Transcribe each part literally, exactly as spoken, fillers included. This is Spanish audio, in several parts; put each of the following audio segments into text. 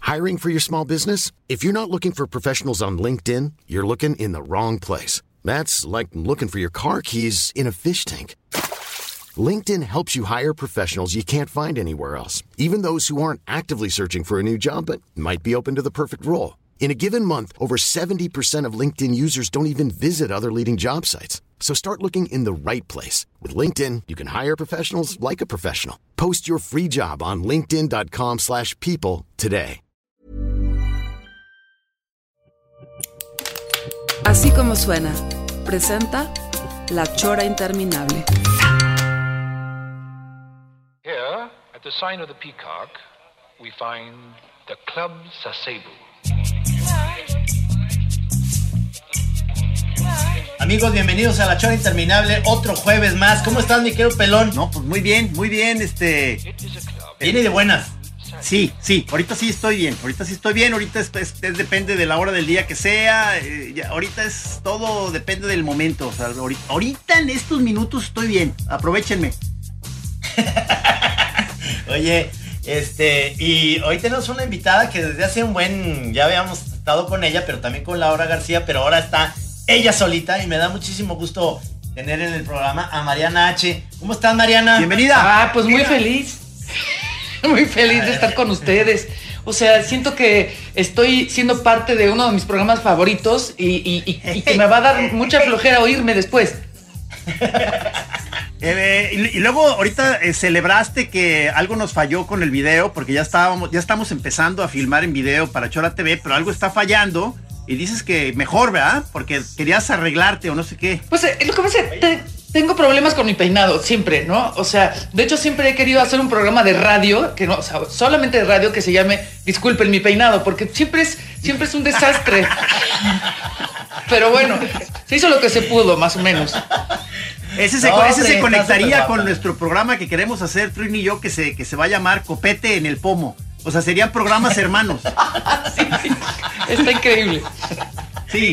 Hiring for your small business? If you're not looking for professionals on LinkedIn, you're looking in the wrong place. That's like looking for your car keys in a fish tank. LinkedIn helps you hire professionals you can't find anywhere else, even those who aren't actively searching for a new job but might be open to the perfect role. In a given month, over seventy percent of LinkedIn users don't even visit other leading job sites. So start looking in the right place. With LinkedIn, you can hire professionals like a professional. Post your free job on linkedin dot com slash people today. Así como suena, presenta La Chora Interminable. Here, at the sign of the Peacock, we find the Club Sasebo. Amigos, bienvenidos a La Chora Interminable, otro jueves más. ¿Cómo estás, mi querido pelón? No, pues muy bien, muy bien, este... Viene de buenas. Sí, sí, ahorita sí estoy bien, ahorita sí estoy bien, ahorita es, es, es depende de la hora del día que sea, eh, ya, ahorita es todo, depende del momento, o sea, ahorita, ahorita en estos minutos estoy bien, aprovechenme. Oye, este, y hoy tenemos una invitada que desde hace un buen, ya habíamos estado con ella, pero también con Laura García, pero ahora está ella solita y me da muchísimo gusto tener en el programa a Mariana H. ¿Cómo estás, Mariana? Bienvenida. Ah, pues muy feliz. Muy feliz de estar con ustedes. O sea, siento que estoy siendo parte de uno de mis programas favoritos y, y, y, y que me va a dar mucha flojera oírme después. Eh, y, y luego ahorita eh, celebraste que algo nos falló con el video, porque ya estábamos, ya estamos empezando a filmar en video para Chora T V, pero algo está fallando y dices que mejor, ¿verdad? Porque querías arreglarte o no sé qué. Pues eh, lo que pasa es que te, tengo problemas con mi peinado, siempre, ¿no? O sea, de hecho siempre he querido hacer un programa de radio, que no, o sea, solamente de radio, que se llame Disculpen mi peinado, porque siempre es, siempre es un desastre. Pero bueno, se hizo lo que se pudo, más o menos. Ese se, No, ese hombre, se conectaría con nuestro programa que queremos hacer, Trin y yo, que se, que se va a llamar Copete en el Pomo. O sea, serían programas hermanos. Sí, sí, está increíble. Sí.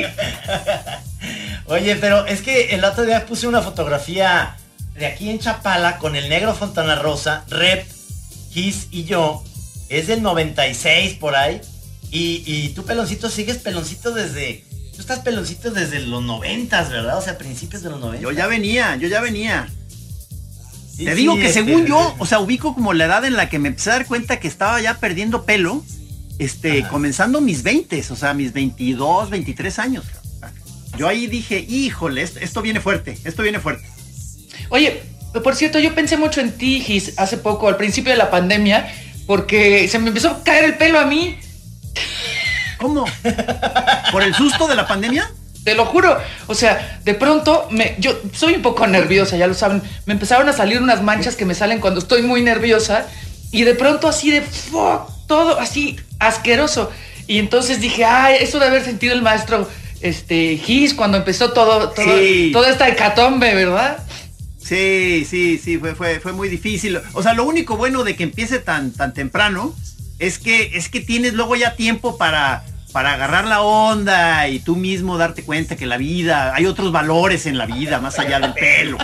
Oye, pero es que el otro día puse una fotografía de aquí en Chapala con el negro Fontana Rosa, Rep, Kiss y yo. Es del noventa y seis por ahí. Y, y tú, peloncito, sigues peloncito desde... Tú estás peloncito desde los noventas, ¿verdad? O sea, principios de los noventas. Yo ya venía, yo ya venía. Sí, Te digo sí, que este, según yo, o sea, ubico como la edad en la que me empecé a dar cuenta que estaba ya perdiendo pelo, este, Ajá. comenzando mis veintes, o sea, mis veintidós, veintitrés años. Yo ahí dije, híjole, esto, esto viene fuerte, esto viene fuerte. Oye, por cierto, yo pensé mucho en ti, Gis, hace poco, al principio de la pandemia, porque se me empezó a caer el pelo a mí. ¿Cómo? ¿Por el susto de la pandemia? Te lo juro. O sea, de pronto, me, yo soy un poco nerviosa, ya lo saben. Me empezaron a salir unas manchas que me salen cuando estoy muy nerviosa. Y de pronto así de fuck, todo así asqueroso. Y entonces dije, ay, eso de haber sentido el maestro este, Gis cuando empezó todo, todo, Sí. toda esta hecatombe, ¿verdad? Sí, sí, sí, fue, fue, fue muy difícil. O sea, lo único bueno de que empiece tan, tan temprano es que, es que tienes luego ya tiempo para, para agarrar la onda y tú mismo darte cuenta que la vida, hay otros valores en la vida más allá del pelo.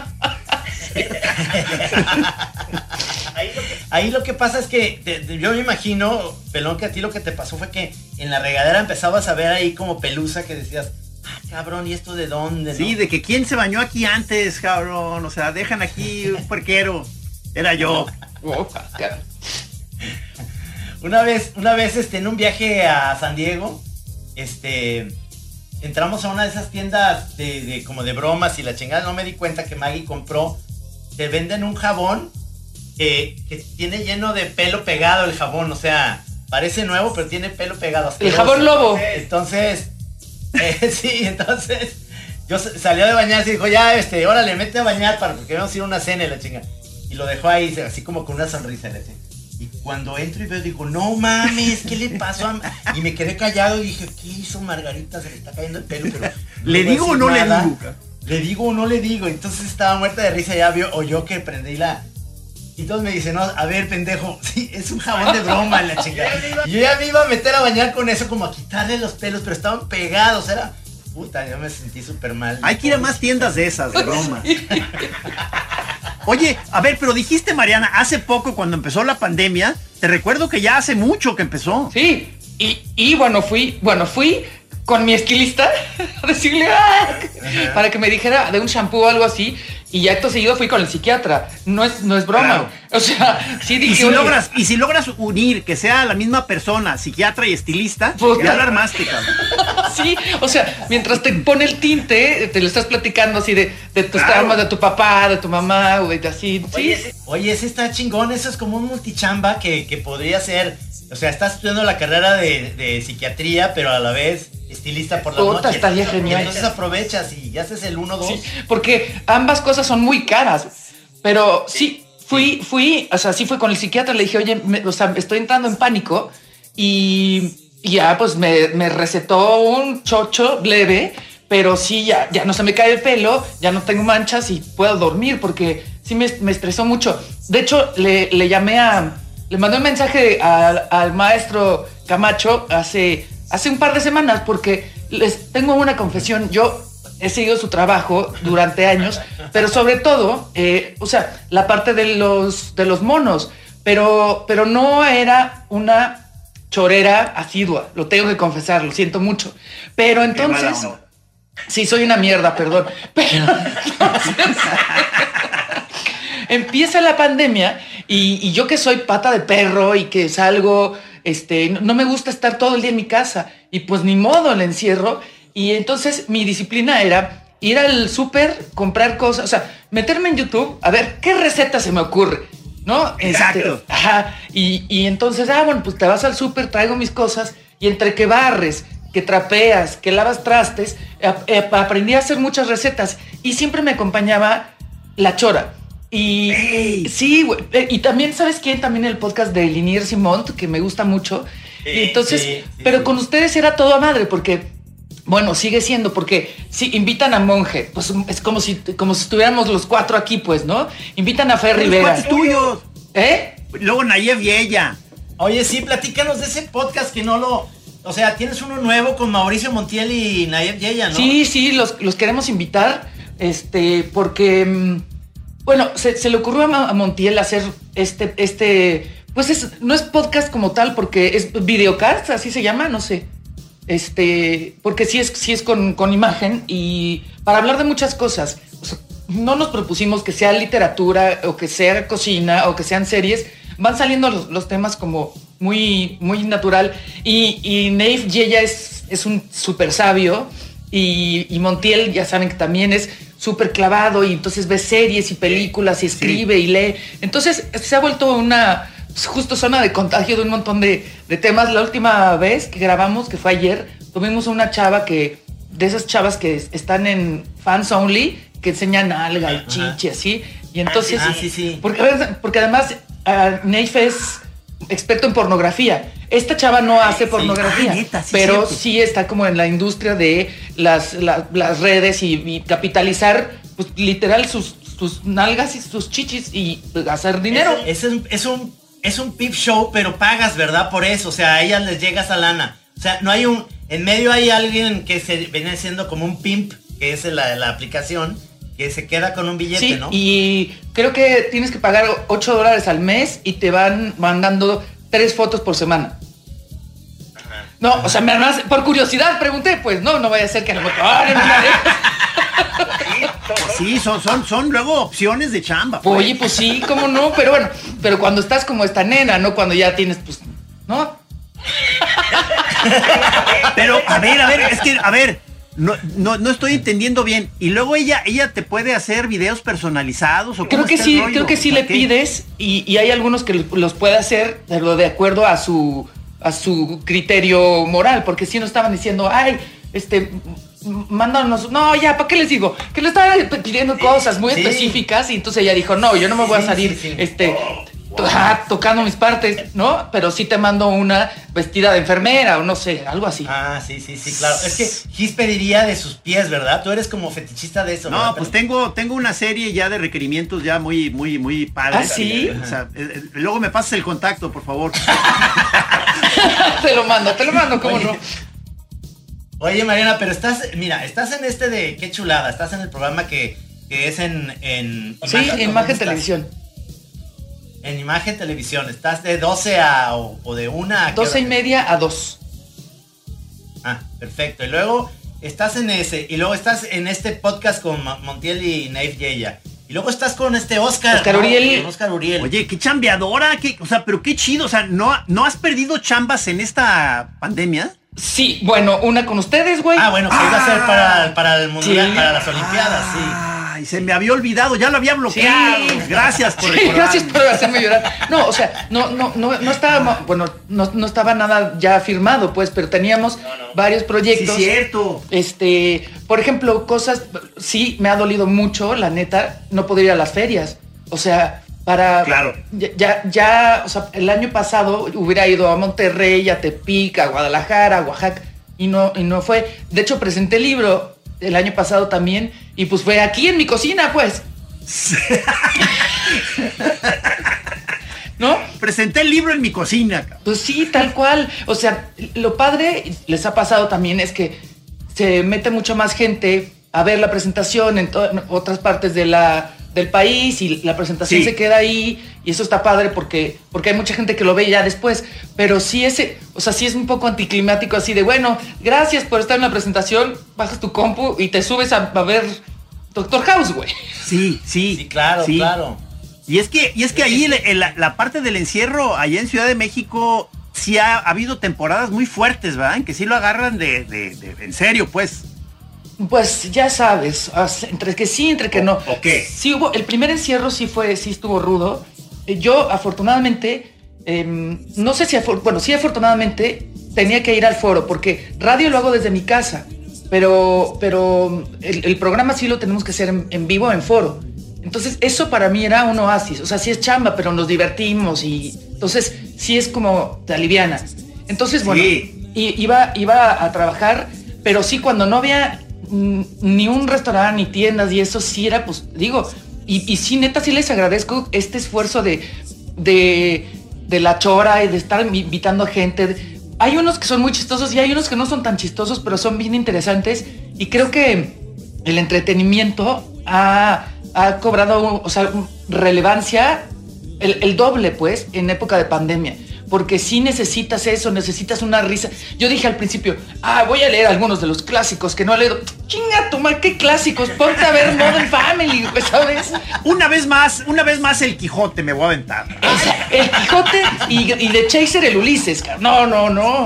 Ahí lo, que, ahí lo que pasa es que te, te, yo me imagino, pelón, que a ti lo que te pasó fue que en la regadera empezabas a ver ahí como pelusa que decías, ah, cabrón, ¿y esto de dónde? Sí, ¿no? de que quién se bañó aquí antes, cabrón. O sea, dejan aquí un puerquero. Era yo. Oh, Una vez, una vez este, en un viaje a San Diego, este, entramos a una de esas tiendas de, de como de bromas y la chingada, no me di cuenta que Maggie compró, te venden un jabón que, que tiene lleno de pelo pegado el jabón, o sea, parece nuevo, pero tiene pelo pegado. El asqueroso. jabón lobo. Entonces, eh, sí, entonces, yo salió de bañarse y dijo, ya, este, órale, mete a bañar para porque vamos a ir a una cena y la chinga. Y lo dejó ahí, así como con una sonrisa, la chinga. Y cuando entro y veo, digo, no mames, ¿qué le pasó a... Y me quedé callado y dije, ¿qué hizo Margarita? Se le está cayendo el pelo, pero... ¿Le digo o no le digo? Le digo o no le digo. Entonces estaba muerta de risa, ya vio, o yo que prendí la... Y todos me dicen, no, a ver, pendejo, sí, es un jabón de broma, la chingada. Y yo ya me iba a meter a bañar con eso, como a quitarle los pelos, pero estaban pegados, era... Puta, yo me sentí súper mal. Hay que ir a más tiendas de esas, de broma. Oye, a ver, pero dijiste, Mariana, hace poco cuando empezó la pandemia, te recuerdo que ya hace mucho que empezó. Sí, y, y bueno, fui, bueno, fui con mi estilista a decirle, ¡ah! Para que me dijera de un shampoo o algo así. Y ya acto seguido fui con el psiquiatra. No es, no es broma. Claro. O sea, sí dije. Y si, logras, y si logras unir que sea la misma persona, psiquiatra y estilista, Puta. ya la armaste, cabrón. Sí, o sea, mientras te pone el tinte, te lo estás platicando así de, de tus Claro. traumas, de tu papá, de tu mamá, güey, de así. Oye, Sí. ese, oye, ese está chingón. Eso es como un multichamba que, que podría ser. O sea, estás estudiando la carrera de, de psiquiatría, pero a la vez estilista por la Puta, noche. estaría genial. Y entonces aprovechas y haces el uno dos. Sí, porque ambas cosas son muy caras. Pero sí, fui, fui, o sea, sí fui con el psiquiatra, le dije, oye, me, o sea, estoy entrando en pánico y, y ya, pues me, me recetó un chocho leve, pero sí, ya, ya no se me cae el pelo, ya no tengo manchas y puedo dormir porque sí me, me estresó mucho. De hecho, le, le llamé a, le mandé un mensaje al, al maestro Camacho hace, hace un par de semanas porque les tengo una confesión. Yo he seguido su trabajo durante años, pero sobre todo, eh, o sea, la parte de los, de los monos, pero, pero no era una chorera asidua, lo tengo que confesar, lo siento mucho. Pero entonces, sí, soy una mierda, perdón, pero entonces, empieza la pandemia y, y yo que soy pata de perro y que salgo, este, no, no me gusta estar todo el día en mi casa y pues ni modo, le encierro. Y entonces mi disciplina era ir al súper, comprar cosas, o sea, meterme en YouTube, a ver qué receta se me ocurre, ¿no? Exacto. Este, ajá, y, y entonces, ah, bueno, pues te vas al súper, traigo mis cosas, y entre que barres, que trapeas, que lavas trastes, ap- ap- aprendí a hacer muchas recetas, y siempre me acompañaba la chora. Y ¡Ey! sí, güey, eh, y también, ¿sabes quién? También el podcast de Linier Simont, que me gusta mucho, Sí, y entonces, sí, sí, pero sí. con ustedes era todo a madre, porque... Bueno, sigue siendo, porque si invitan a Monje, pues es como si, como si estuviéramos los cuatro aquí, pues, ¿no? Invitan a Fer Los Rivera. cuates tuyos. ¿Eh? Luego Nayef y ella. Oye, sí, platícanos de ese podcast que no lo... O sea, tienes uno nuevo con Mauricio Montiel y Nayef Yeya, ¿no? Sí, sí, los, los queremos invitar, este, porque, mm, bueno, se, se le ocurrió a, Ma- a Montiel hacer este, este, pues es, no es podcast como tal, porque es videocast, así se llama, no sé. Este, porque sí es, sí es con, con imagen y para hablar de muchas cosas. O sea, no nos propusimos que sea literatura o que sea cocina o que sean series. Van saliendo los, los temas como muy, muy natural. Y, y Nayef Yeya es, es un súper sabio y, y Montiel ya saben que también es súper clavado y entonces ve series y películas y escribe y lee. Entonces se ha vuelto una... Pues justo zona de contagio de un montón de, de temas. La última vez que grabamos, que fue ayer, tuvimos a una chava que, de esas chavas que están en Fans Only, que enseñan alga y chichi, así. Y entonces, Ah, sí, sí. Porque, porque además uh, Nayef es experto en pornografía. Esta chava no hace pornografía, Ah, neta, sí, pero cierto. sí está como en la industria de las, la- las redes y, y capitalizar, pues literal, sus, sus nalgas y sus chichis y hacer dinero. Es, es, un, es un es un pip show, pero pagas, ¿verdad? Por eso, o sea, a ellas les llega esa lana. O sea, no hay un... En medio hay alguien que se viene siendo como un pimp, que es la, la aplicación, que se queda con un billete, Sí, ¿no? y creo que tienes que pagar ocho dólares al mes y te van mandando tres fotos por semana. No, o sea, me además, por curiosidad pregunté, pues no, no vaya a ser que a lo mejor... ¡Ay, mira, eh! Sí, son, son, son luego opciones de chamba. pues. Oye, pues sí, cómo no, pero bueno, pero cuando estás como esta nena, ¿no? Cuando ya tienes, pues, ¿no? Pero, a ver, a ver, es que, a ver, no, no, no estoy entendiendo bien. Y luego ella, ella te puede hacer videos personalizados o Creo cómo que está sí, el rollo? creo que sí O sea, le ¿qué? pides y, y hay algunos que los puede hacer, pero de acuerdo a su a su criterio moral, porque si no estaban diciendo, ay, este, m- mándanos, no, ya, ¿para qué les digo? Que le estaban pidiendo cosas muy sí. específicas y entonces ella dijo, no, yo no me voy Sí, a salir, sí, sí. este, to- ah, tocando mis partes, ¿no? Pero sí te mando una vestida de enfermera o no sé, algo así. Ah, sí, sí, sí, claro. Es que Gis pediría de sus pies, ¿verdad? Tú eres como fetichista de eso, No, ¿verdad? pues tengo, tengo una serie ya de requerimientos ya muy, muy, muy padres. ¿Ah, sí? O sea, eh, eh, luego me pasas el contacto, por favor. Te lo mando, te lo mando, ¿cómo Oye, no? Oye, Mariana, pero estás, mira, estás en este de qué chulada, estás en el programa que, que es en, en Sí, ¿dónde imagen estás? televisión. En Imagen Televisión, estás de doce a o, o de una a qué doce y hora? media a dos. Ah, perfecto. Y luego estás en ese, y luego estás en este podcast con Montiel y Naif Yeya. Y luego estás con este Oscar. Oscar ¿no? Uriel. Con Oscar Uriel. Oye, qué chambeadora, qué, o sea, pero qué chido. O sea, ¿no, ¿no has perdido chambas en esta pandemia? Sí, bueno, una con ustedes, güey. Ah, bueno, que iba a ser para, para el mundial, Sí. para las Olimpiadas, sí. Ay, se me había olvidado, ya lo había bloqueado. Sí. Gracias por Sí, recordarme. gracias por hacerme llorar. No, o sea, no, no, no, no estaba, bueno, no, no estaba nada ya firmado, pues, pero teníamos No, no. varios Sí, proyectos. cierto. Este, por ejemplo, cosas, sí, me ha dolido mucho, la neta, no poder ir a las ferias. O sea, para... Claro. Ya, ya, ya, o sea, el año pasado hubiera ido a Monterrey, a Tepic, a Guadalajara, a Oaxaca, y no, y no fue. De hecho, presenté el libro el año pasado también, y pues fue aquí en mi cocina, pues. ¿No? Presenté el libro en mi cocina, cabrón. Pues sí, tal cual. O sea, lo padre, les ha pasado también, es que se mete mucho más gente a ver la presentación en, to- en otras partes de la, del país y la presentación Sí. se queda ahí y eso está padre porque, porque hay mucha gente que lo ve ya después. Pero sí ese, o sea, sí es un poco anticlimático así de, bueno, gracias por estar en la presentación, bajas tu compu y te subes a, a ver Doctor House, güey. Sí, sí. Sí, claro, sí. claro. Y es que, y es que ahí el- el- la, la parte del encierro, allá en Ciudad de México, sí ha, ha habido temporadas muy fuertes, ¿verdad? En que sí lo agarran de, de- de- en serio, pues. Pues ya sabes, o sea, entre que sí, entre que no. ¿O qué? Sí hubo, el primer encierro sí fue, sí estuvo rudo. Eh, Yo afortunadamente, em, no sé si, afor- bueno, sí afortunadamente tenía que ir al foro porque radio lo hago desde mi casa, pero, pero el, el programa sí lo tenemos que hacer en, en vivo, en foro. Entonces eso para mí era un oasis, o sea, sí es chamba, pero nos divertimos y entonces sí es como te aliviana. Entonces, bueno, Sí. i- iba, iba a trabajar, pero sí cuando no había mm, ni un restaurante ni tiendas y eso sí era, pues digo, y, y sí neta sí les agradezco este esfuerzo de, de, de la chora y de estar invitando a gente. Hay unos que son muy chistosos y hay unos que no son tan chistosos, pero son bien interesantes y creo que el entretenimiento ha, ha cobrado, o sea, relevancia el, el doble, pues, en época de pandemia. Porque sí necesitas eso, necesitas una risa. Yo dije al principio, ah, voy a leer algunos de los clásicos que no he leído. Chinga tu madre, ¿qué clásicos? Ponte a ver Modern Family, pues, ¿sabes? Una vez más, una vez más el Quijote me voy a aventar. O sea, el Quijote y, y de Chaser el Ulises. cabrón. No, no, no.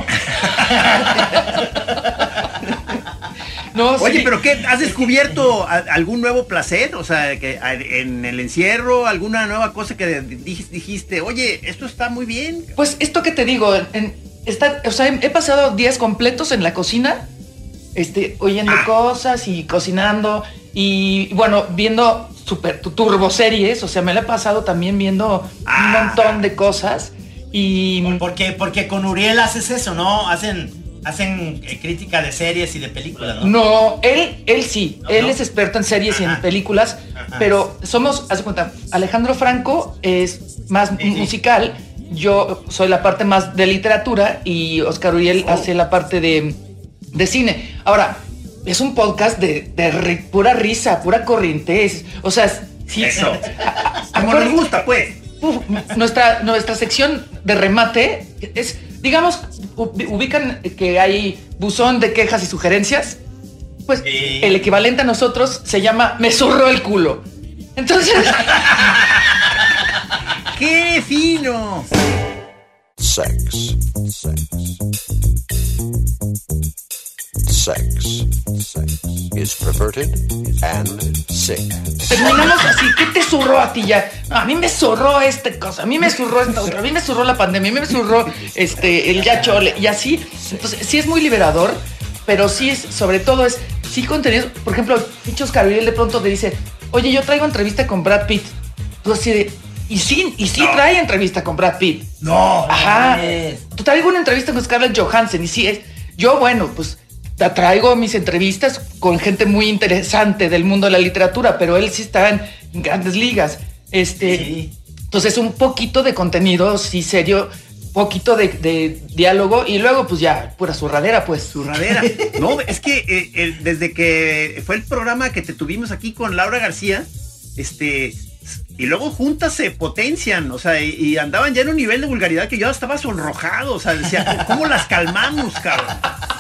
No, Oye, sí. pero ¿qué? ¿Has descubierto a- algún nuevo placer? O sea, que a- en el encierro, alguna nueva cosa que dij- dijiste, oye, esto está muy bien. Pues esto que te digo, en- en- está, o sea, he, he pasado días completos en la cocina, este, oyendo Ah. cosas y cocinando y bueno, viendo super turbo series, o sea, me la he pasado también viendo un Ah. montón de cosas y Porque, porque con Uriel haces eso, ¿no? Hacen, hacen eh, crítica de series y de películas, ¿no? no, él, él sí, ¿No, él no? es experto en series y en Ajá. películas, Ajá. pero somos, haz de cuenta, Alejandro Franco es más Sí, sí. musical, yo soy la parte más de literatura y Oscar Uriel Oh. hace la parte de, de cine. Ahora, es un podcast de, de ri- pura risa, pura corrientez, o sea, sí. Eso. a- a- Como nos gusta, pues. Uf, nuestra, nuestra sección de remate es, digamos, u- ubican que hay buzón de quejas y sugerencias. Pues Sí. el equivalente a nosotros se llama me zurró el culo. Entonces, ¡Qué fino! Sex. Sex. Sex. Sex is perverted and sick. terminamos así. ¿Qué te zurró a ti ya? No, a mí me zurró esta cosa, a mí me zurró esta otra, a mí me zurró la pandemia, a mí me zurró este, el ya chole. Y así, entonces sí es muy liberador, pero sí es, sobre todo es, sí contenido. Por ejemplo, Dichos Gabriel de pronto te dice, oye, yo traigo entrevista con Brad Pitt. Tú así de, y sí, y sí trae entrevista con Brad Pitt. No. Ajá. mames. Tú traigo una entrevista con Scarlett Johansson y sí es. Yo, bueno, pues ta- traigo mis entrevistas con gente muy interesante del mundo de la literatura, pero él sí está en grandes ligas. Este, Sí. entonces un poquito de contenido, sí serio, poquito de, de diálogo y luego pues ya pura zurradera, pues. Zurradera. No, es que eh, el- desde que fue el programa que te tuvimos aquí con Laura García, este, y luego juntas se potencian, o sea, y, y andaban ya en un nivel de vulgaridad que yo estaba sonrojado, o sea, decía, ¿cómo las calmamos, cabrón?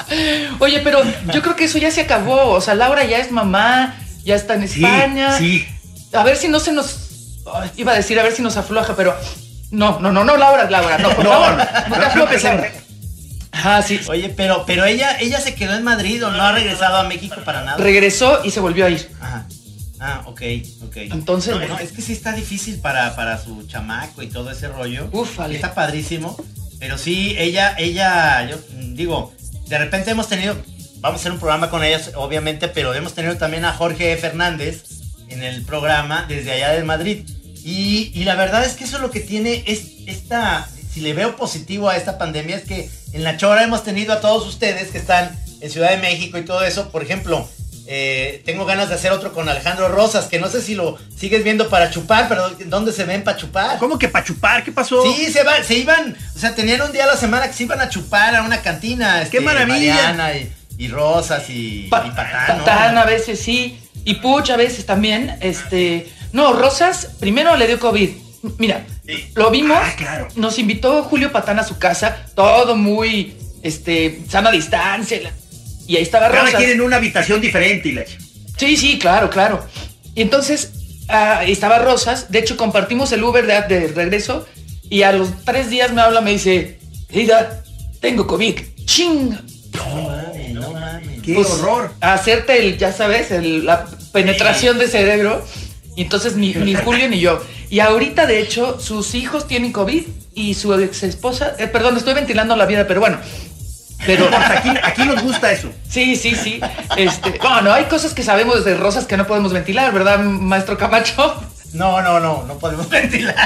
Oye, pero yo creo que eso ya se acabó. O sea, Laura ya es mamá, ya está en España. Sí, sí. A ver si no se nos... Ay, iba a decir a ver si nos afloja, pero... No, no, no, no, Laura, Laura, no, por No, favor, no, no te no, aflojes, no, Laura. Ah, sí. Oye, pero, pero ella, ella se quedó en Madrid o no ha regresado a México para nada. Regresó y se volvió a ir. Ajá. Ah, ok, ok. Entonces, No, bueno. no, es que sí está difícil para, para su chamaco y todo ese rollo. Ufale. Está padrísimo. Pero sí, ella, ella, yo mm, digo, de repente hemos tenido, vamos a hacer un programa con ellas, obviamente, pero hemos tenido también a Jorge Fernández en el programa desde allá de Madrid. Y, y la verdad es que eso es lo que tiene es esta, si le veo positivo a esta pandemia, es que en La Chora hemos tenido a todos ustedes que están en Ciudad de México y todo eso. Por ejemplo, eh, tengo ganas de hacer otro con Alejandro Rosas, que no sé si lo sigues viendo para chupar, pero ¿dónde se ven para chupar? ¿Cómo que para chupar? ¿Qué pasó? Sí, se, va, se iban, o sea, tenían un día a la semana que se iban a chupar a una cantina. Este, ¡Qué maravilla! Mariana y, y Rosas y, Pa- y Patán, ¿no? Patán a veces sí. Y Puch a veces también. Este. No, Rosas primero le dio COVID. Mira, Sí. lo vimos. Ah, claro. Nos invitó Julio Patán a su casa. Todo muy, este, sana distancia. la- Y ahí estaba Ahora Rosas. quieren una habitación diferente y la... Sí, sí, claro, claro. Y entonces ah, estaba Rosas. De hecho, compartimos el Uber de, de regreso. Y a los tres días me habla, me dice, Ida, tengo COVID. ¡Ching! No mames, no mames. ¡Qué Pues, horror! Hacerte el, ya sabes, el- la penetración de cerebro. Y entonces ni, ni Julio ni yo. Y ahorita, de hecho, sus hijos tienen COVID y su ex esposa, eh, perdón, estoy ventilando la vida, pero bueno. Pero Pues aquí, aquí nos gusta eso. sí, sí, sí. Este, bueno, hay cosas que sabemos de Rosas que no podemos ventilar, ¿verdad, maestro Camacho? No, no, no, no podemos ventilar.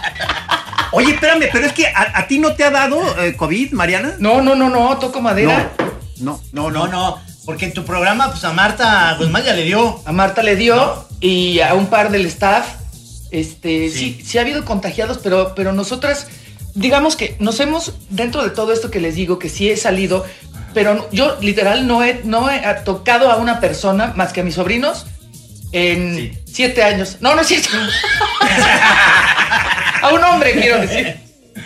Oye, espérame, pero es que a, a ti no te ha dado eh, COVID, Mariana. No, no, no, no, toco madera. No, no, No, no, porque en tu programa, pues a Marta Guzmán ya le dio. A Marta le dio ¿No? y a un par del staff. Este, Sí. sí, sí, ha habido contagiados, pero, pero nosotras, digamos que nos hemos, dentro de todo esto que les digo, que sí he salido, pero no- yo literal no he, no he tocado a una persona más que a mis sobrinos en Sí. siete años. No, no es cierto. A un hombre, quiero decir.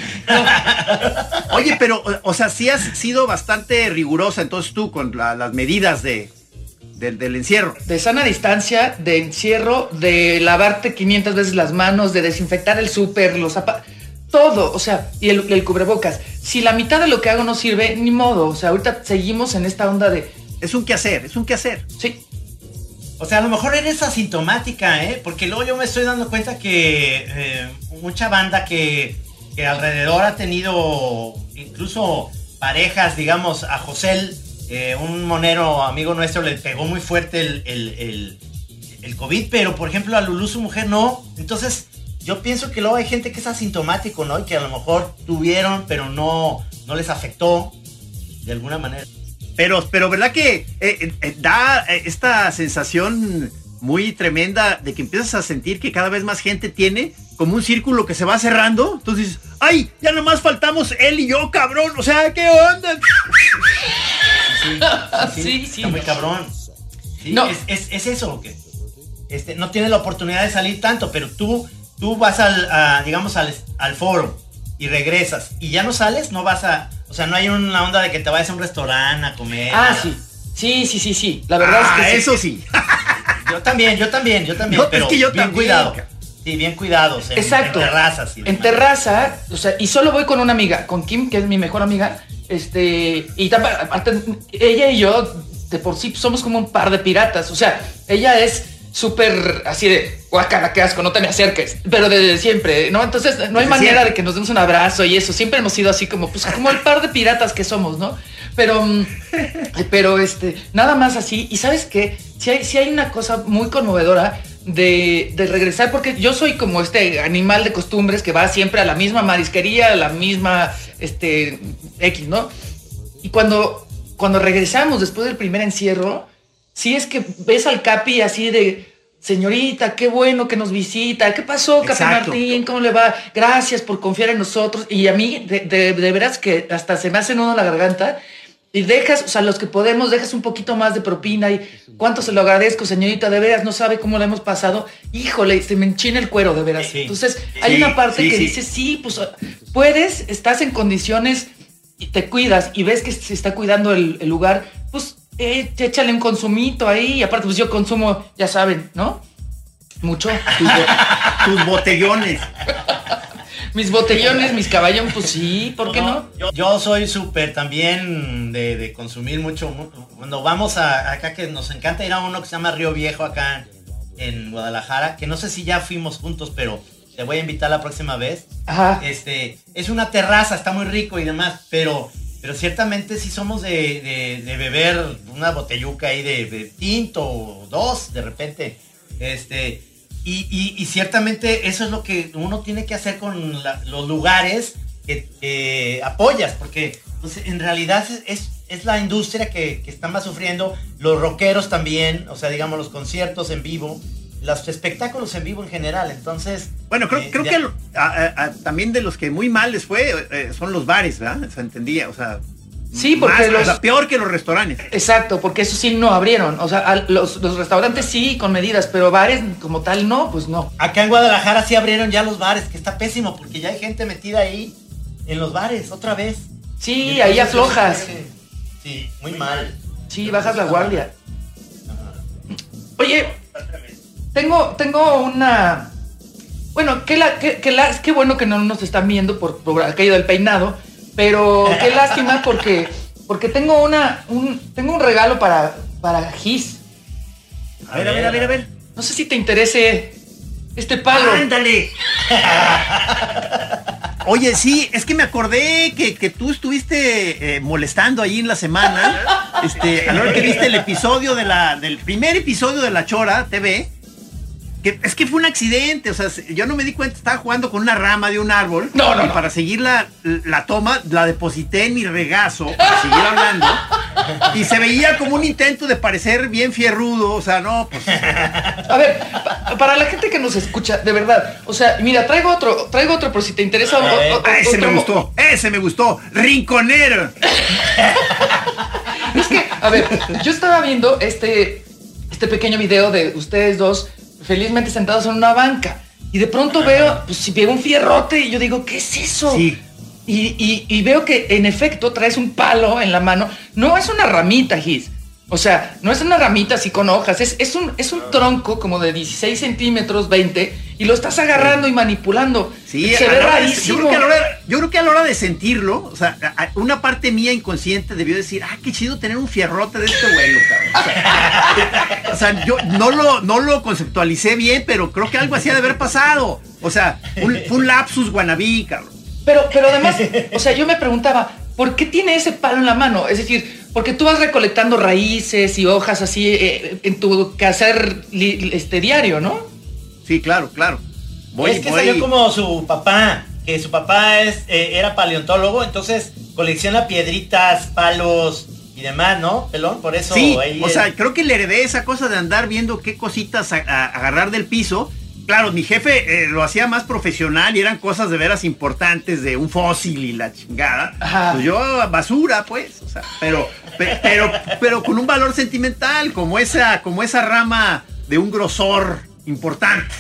Oye, pero, o, o sea, sí has sido bastante rigurosa entonces tú con la- las medidas de, del- del encierro. De sana distancia, de encierro, de lavarte quinientas veces las manos, de desinfectar el súper, los zapatos, todo, o sea, y el, el cubrebocas. Si la mitad de lo que hago no sirve, ni modo, o sea, ahorita seguimos en esta onda de, Es un quehacer, es un quehacer. sí, O sea, a lo mejor eres asintomática, ¿eh? Porque luego yo me estoy dando cuenta que eh, mucha banda que, que alrededor ha tenido incluso parejas, digamos, a José, eh, un monero amigo nuestro, le pegó muy fuerte el, el, el, el COVID, pero por ejemplo a Lulú, su mujer, no. Entonces, yo pienso que luego hay gente que es asintomático, ¿no? Y que a lo mejor tuvieron, pero no, no les afectó de alguna manera. Pero, pero ¿verdad que eh, eh, da eh, esta sensación muy tremenda de que empiezas a sentir que cada vez más gente tiene como un círculo que se va cerrando? Entonces dices, ¡ay! Ya nomás faltamos él y yo, cabrón. O sea, ¿qué onda? Sí, Sí, sí. Está muy cabrón. Sí, No. es, es, es eso, que este, no tienes la oportunidad de salir tanto, pero tú, tú vas al, a, digamos, al, al foro y regresas y ya no sales, no vas a, o sea, no hay una onda de que te vayas a un restaurante a comer. ah, nada. sí, sí, sí, sí, sí, la verdad Ah, es que sí. eso sí. Yo también, yo también, yo también, No, es pero que yo bien también, cuidado. ca- Sí, bien cuidados. En, Exacto. En terrazas. y En demás. terraza, o sea, y solo voy con una amiga, con Kim, que es mi mejor amiga, este, y tam- aparte, ella y yo, de por sí, somos como un par de piratas, o sea, ella es súper así de, guacala, qué asco, no te me acerques, pero desde siempre, ¿no? Entonces, no hay Desde manera siempre. de que nos demos un abrazo y eso, siempre hemos sido así como, pues, como el par de piratas que somos, ¿no? Pero, mm, pero, este, nada más así, y ¿sabes qué? Si hay, si hay una cosa muy conmovedora de, de regresar, porque yo soy como este animal de costumbres que va siempre a la misma marisquería, a la misma, este, X, ¿no? Y cuando, cuando regresamos después del primer encierro, sí es que ves al Capi así de, señorita, qué bueno que nos visita, ¿qué pasó, Capi Exacto. Martín? ¿Cómo le va? Gracias por confiar en nosotros. Y a mí, de, de, de veras que hasta se me hace nudo en la garganta. Y dejas, o sea, los que podemos, dejas un poquito más de propina y cuánto se lo agradezco, señorita, de veras, no sabe cómo la hemos pasado. Híjole, se me enchina el cuero, de veras. Sí. Entonces, hay Sí, una parte sí, que sí. dice, sí, pues puedes, estás en condiciones y te cuidas y ves que se está cuidando el, el lugar, pues eh, échale un consumito ahí. Y aparte, pues yo consumo, ya saben, ¿no? Mucho. Tus, bo- tus botellones. Mis botellones, mis caballones, pues sí, ¿por qué no? Yo, yo soy súper también de, de consumir mucho. mu- Cuando vamos a, acá, que nos encanta ir a uno que se llama Río Viejo acá en Guadalajara, que no sé si ya fuimos juntos, pero te voy a invitar la próxima vez. Ajá. Este, es una terraza, está muy rico y demás, pero, pero ciertamente sí somos de, de, de beber una botelluca ahí de, de tinto o dos de repente. Este, y, y, y ciertamente eso es lo que uno tiene que hacer con la- los lugares que eh, apoyas, porque pues, en realidad es, es, es la industria que, que está más sufriendo, los rockeros también, o sea, digamos, los conciertos en vivo, los espectáculos en vivo en general, entonces... Bueno, creo, eh, creo ya- que lo- a- a- a- también de los que muy mal les fue eh, son los bares, ¿verdad? O sea, entendía, o sea... Sí, porque más- los- o sea, peor que los restaurantes. Exacto, porque eso sí no abrieron. O sea, al- los, los restaurantes sí, con medidas, pero bares como tal no, pues no. Acá en Guadalajara sí abrieron ya los bares, que está pésimo, porque ya hay gente metida ahí en los bares, otra vez. Sí, Y ahí entonces, aflojas. Sí, muy mal. Sí, bajas la guardia. Oye, tengo, tengo una... Bueno, qué, la, qué, qué la- qué bueno que no nos están viendo por, por aquello del peinado, pero qué lástima porque, porque tengo una un, tengo un regalo para, para Gis. A ver, a ver, a ver, a ver. No sé si te interese este palo. ¡Ándale! Oye, sí, es que me acordé que, que tú estuviste eh, molestando ahí en la semana. Este, a la hora que viste el episodio de la, del primer episodio de La Chora T V. Que es que fue un accidente, o sea, yo no me di cuenta, estaba jugando con una rama de un árbol. No, no, y no. para seguir la, la toma, la deposité en mi regazo para seguir hablando. Y se veía como un intento de parecer bien fierrudo, o sea, no, pues. A ver, pa- para la gente que nos escucha, de verdad, o sea, mira, traigo otro, traigo otro por si te interesa. o- o- o- Ah, ese me otro- gustó, ese me gustó. Rinconero. Es que, a ver, yo estaba viendo este, este pequeño video de ustedes dos felizmente sentados en una banca y de pronto veo, pues si veo un fierrote y yo digo, ¿qué es eso? Sí. Y, y- y veo que en efecto traes un palo en la mano. No es una ramita, Gis. O sea, no es una ramita así con hojas. Es, es, un, es un tronco como de dieciséis centímetros, veinte, y lo estás agarrando y manipulando. Sí, se a ve la hora de- rarísimo. yo, creo que a la hora, yo creo que a la hora de sentirlo, o sea, a- a- una parte mía inconsciente debió decir, ah, qué chido tener un fierrote de este vuelo, cabrón. O sea, o sea, yo no lo, no lo conceptualicé bien, pero creo que algo así ha de haber pasado. O sea, un, fue un lapsus guanabí, cabrón. Pero, pero además, o sea, yo me preguntaba, ¿por qué tiene ese palo en la mano? Es decir, porque tú vas recolectando raíces y hojas así eh, en tu quehacer li- este, diario, ¿no? Sí, claro, claro. Voy, es que voy- salió como su papá, que su papá es, eh, era paleontólogo, entonces colecciona piedritas, palos y demás, ¿no, Pelón? Por eso Sí, ahí o es- sea, creo que le heredé esa cosa de andar viendo qué cositas a- a- agarrar del piso. Claro, mi jefe eh, lo hacía más profesional y eran cosas de veras importantes, de un fósil y la chingada. Ajá. Pues yo, basura, pues. O sea, pero, pe- pero, pero con un valor sentimental, como esa, como esa rama de un grosor importante.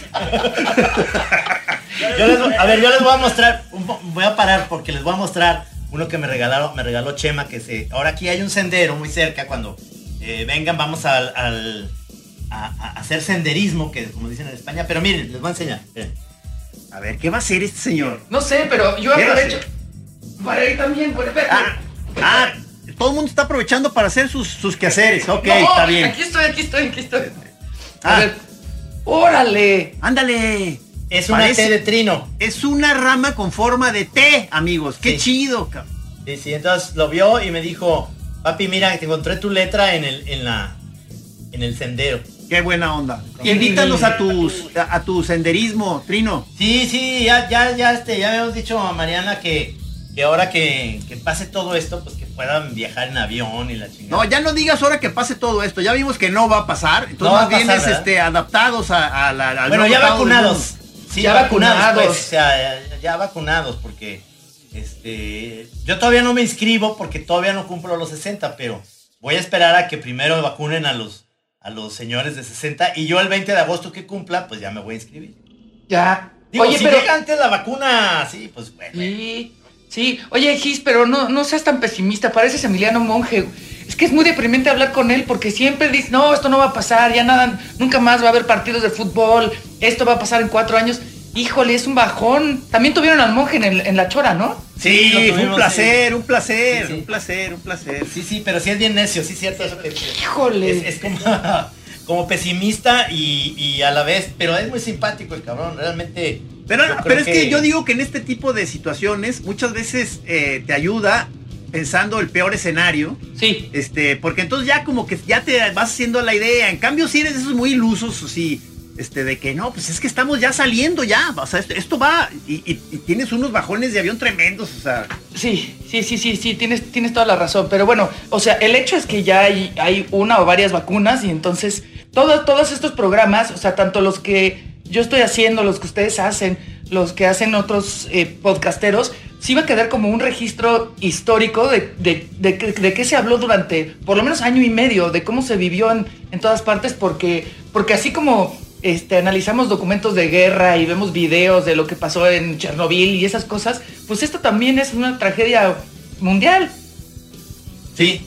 Yo les voy- a ver, yo les voy a mostrar, un po- voy a parar porque les voy a mostrar uno que me regalaron, me regaló Chema, que se, ahora aquí hay un sendero muy cerca, cuando eh, vengan vamos al, al- a, a hacer senderismo, que como dicen en España, pero miren, les voy a enseñar. Miren. A ver, ¿qué va a hacer este señor? No sé, pero yo ¿Qué aprovecho para ir también, por ejemplo. Ah, ah, todo el mundo está aprovechando para hacer sus, sus quehaceres. Ok, No, está bien. Aquí estoy, aquí estoy, aquí estoy. A Ah. ver, órale. Ándale. Es una Parece- T de trino. Es una rama con forma de T, amigos. Qué Sí. chido, cabrón. Sí, sí, entonces lo vio y me dijo, papi, mira, te encontré tu letra en el, en la, en el sendero. Qué buena onda. Invítanos a tus a, a tu senderismo, Trino. Sí, sí, ya, ya, ya, este, ya habíamos dicho a Mariana que, que ahora que, que pase todo esto, pues que puedan viajar en avión y la chingada. No, ya no digas ahora que pase todo esto. Ya vimos que no va a pasar. Entonces No va más a bien pasar, es ¿verdad? este adaptados a, a la al Bueno, nuevo ya estado del vacunados. mundo. Sí, Ya vacunados, vacunados. pues, o sea, ya, ya vacunados, porque este, yo todavía no me inscribo porque todavía no cumplo los sesenta, pero voy a esperar a que primero vacunen a los, a los señores de sesenta y yo el veinte de agosto que cumpla, pues ya me voy a inscribir. Ya. Digo, Oye, si pero llega antes la vacuna, sí, pues bueno. Sí. Sí, oye, Gis, pero no, no seas tan pesimista, pareces Emiliano Monge. Es que es muy deprimente hablar con él porque siempre dice, no, esto no va a pasar, ya nada, nunca más va a haber partidos de fútbol, esto va a pasar en cuatro años. Híjole, es un bajón. También tuvieron al Monje en, el, en La Chora, ¿no? Sí, Sí, fue un placer, un placer, Sí, sí. un placer, un placer. Sí, sí, pero sí es bien necio, sí es cierto eso que Híjole. Es, es como, como pesimista y, y a la vez, pero es muy simpático el cabrón, realmente. Pero, yo creo pero es que... yo digo que en este tipo de situaciones muchas veces eh, te ayuda pensando el peor escenario. Sí. Este, porque entonces ya como que ya te vas haciendo la idea. En cambio, si eres de esos muy ilusos, sí, este, de que no, pues es que estamos ya saliendo ya. O sea, esto, esto va y, y, y tienes unos bajones de avión tremendos, o sea. Sí, sí, sí, sí, sí, tienes, tienes toda la razón. Pero bueno, o sea, el hecho es que ya hay, hay una o varias vacunas y entonces todos, todos estos programas, o sea, tanto los que yo estoy haciendo, los que ustedes hacen, los que hacen otros eh, podcasteros, sí va a quedar como un registro histórico de, de, de, de, de qué se habló durante por lo menos año y medio, de cómo se vivió en, en todas partes, porque, porque así como este, analizamos documentos de guerra y vemos videos de lo que pasó en Chernobyl y esas cosas, pues esto también es una tragedia mundial. Sí.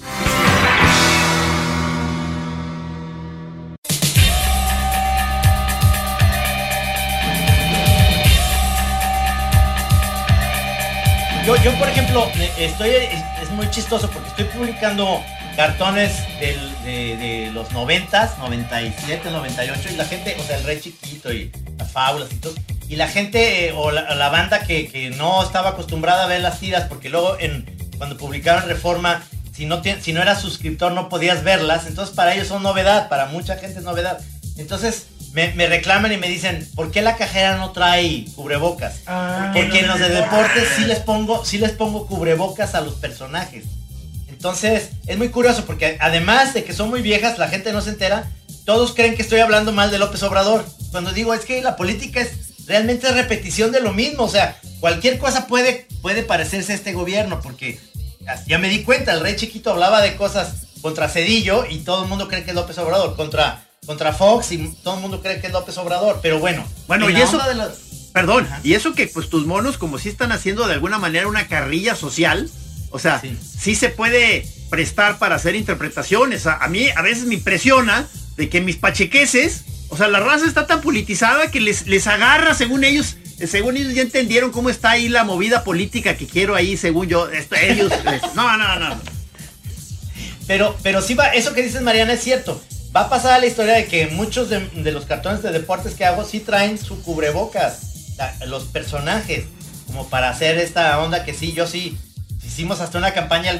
Yo, yo, por ejemplo, estoy, es muy chistoso porque estoy publicando cartones del, de, de los noventas, noventa y siete, noventa y ocho, y la gente, o sea, el Rey Chiquito y las fábulas y todo, y la gente eh, o la, la banda que, que no estaba acostumbrada a ver las tiras, porque luego en, cuando publicaron Reforma, si no, te, si no eras suscriptor no podías verlas, entonces para ellos son novedad, para mucha gente es novedad. Entonces me, me reclaman y me dicen, ¿por qué la cajera no trae cubrebocas? Ah, Porque en los de deportes sí les pongo, sí les pongo cubrebocas a los personajes. Entonces, es muy curioso porque además de que son muy viejas, la gente no se entera, todos creen que estoy hablando mal de López Obrador. Cuando digo, es que la política es realmente repetición de lo mismo, o sea, cualquier cosa puede, puede parecerse a este gobierno, porque ya me di cuenta, el Rey Chiquito hablaba de cosas contra Cedillo y todo el mundo cree que es López Obrador, contra, contra Fox y todo el mundo cree que es López Obrador, pero bueno. Bueno, y la eso, onda de los... perdón, Ajá. y eso que pues tus monos como si están haciendo de alguna manera una carrilla social, o sea, sí, sí se puede prestar para hacer interpretaciones. A, a mí a veces me impresiona de que mis pachequeses, o sea, la raza está tan politizada que les, les agarra según ellos, según ellos ya entendieron cómo está ahí la movida política que quiero ahí, según yo, esto, ellos, les, no, no, no. Pero, pero sí va, eso que dices, Mariana, es cierto. Va a pasar a la historia de que muchos de, de los cartones de deportes que hago sí traen su cubrebocas, la, los personajes, como para hacer esta onda que sí, yo sí, hicimos hasta una campaña.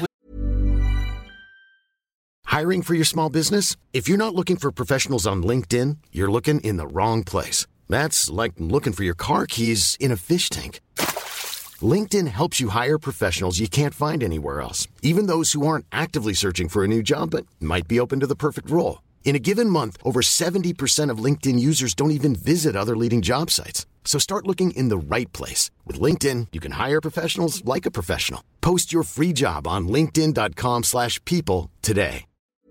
Hiring for your small business? If you're not looking for professionals on LinkedIn, you're looking in the wrong place. That's like looking for your car keys in a fish tank. LinkedIn helps you hire professionals you can't find anywhere else, even those who aren't actively searching for a new job but might be open to the perfect role. In a given month, over seventy percent of LinkedIn users don't even visit other leading job sites. So start looking in the right place. With LinkedIn, you can hire professionals like a professional. Post your free job on linkedin dot com slash people today.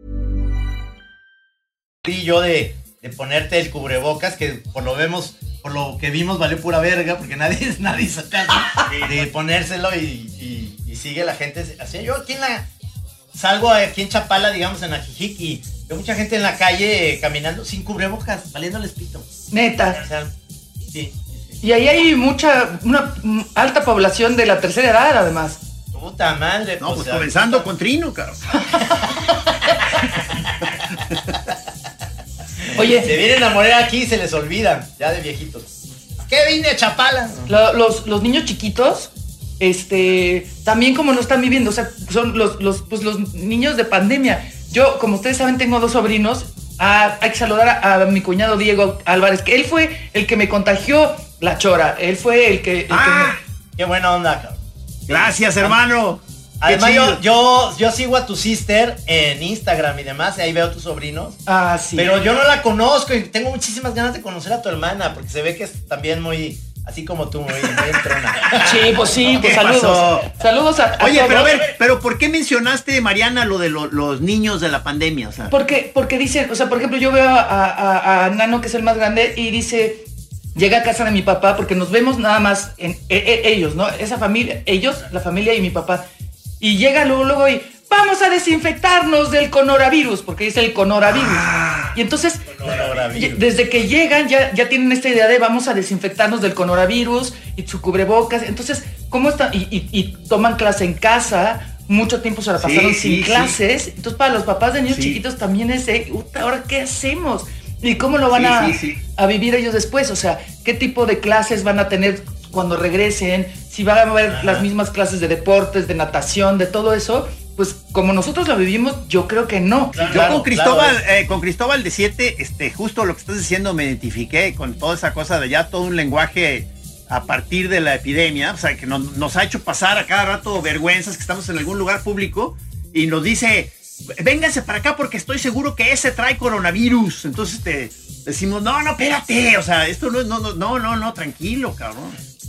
Y yo de, de ponerte el cubrebocas, que por lo vemos, por lo que vimos valió pura verga, porque nadie, nadie hizo caso de, de ponérselo y, y, y sigue la gente. Así yo aquí en la... Salgo aquí en Chapala, digamos, en Ajijic, y veo mucha gente en la calle eh, caminando sin cubrebocas, valiéndoles pito. Neta. O sea, sí. Y ahí hay mucha, una mm, alta población de la tercera edad, además. Puta madre. No, pues o sea, comenzando puta... con Trino, caro. Oye, se vienen a morir aquí y se les olvidan, ya de viejitos. ¿Qué vine a Chapala? Lo, los, los niños chiquitos, este, también como no están viviendo, o sea, son los, los, pues los niños de pandemia. Yo, como ustedes saben, tengo dos sobrinos. Ah, hay que saludar a, a mi cuñado Diego Álvarez, que él fue el que me contagió la chora. Él fue el que... El ah, que me... qué buena onda, cabrón. Gracias, hermano. Además, yo, yo, yo sigo a tu sister en Instagram y demás, y ahí veo a tus sobrinos. Ah, sí. Pero yo no la conozco y tengo muchísimas ganas de conocer a tu hermana, porque se ve que es también muy, así como tú, muy, muy entrona. Sí, pues sí, pues ¿Qué saludos. pasó? Saludos a, a Oye, todos. pero a ver, pero ¿por qué mencionaste, Mariana, lo de lo, los niños de la pandemia? O sea, Porque, porque dicen, o sea, por ejemplo, yo veo a, a, a Nano, que es el más grande, y dice, llega a casa de mi papá, porque nos vemos nada más en, e, e, ellos, ¿no? Esa familia, ellos, la familia y mi papá. Y llega luego, luego y vamos a desinfectarnos del coronavirus, porque dice el coronavirus. Ah, y entonces, coronavirus. Desde que llegan ya, ya tienen esta idea de vamos a desinfectarnos del coronavirus y su cubrebocas. Entonces, ¿cómo está? Y, y, y toman clase en casa. Mucho tiempo se la pasaron sí, sin sí, clases. Sí. Entonces, para los papás de niños sí. chiquitos también es de, ¿ahora qué hacemos? ¿Y cómo lo van sí, a, sí, sí. a vivir ellos después? O sea, ¿qué tipo de clases van a tener cuando regresen? Si van a haber Ajá. las mismas clases de deportes, de natación, de todo eso. Pues como nosotros lo vivimos, yo creo que no. Claro, yo con Cristóbal, claro. eh, con Cristóbal de siete, este, justo lo que estás diciendo me identifiqué con toda esa cosa de ya todo un lenguaje a partir de la epidemia, o sea, que nos, nos ha hecho pasar a cada rato vergüenzas, que estamos en algún lugar público y nos dice, vénganse para acá porque estoy seguro que ese trae coronavirus. Entonces te decimos, no, no, espérate, o sea, esto no es, no, no, no, no, no, tranquilo, cabrón.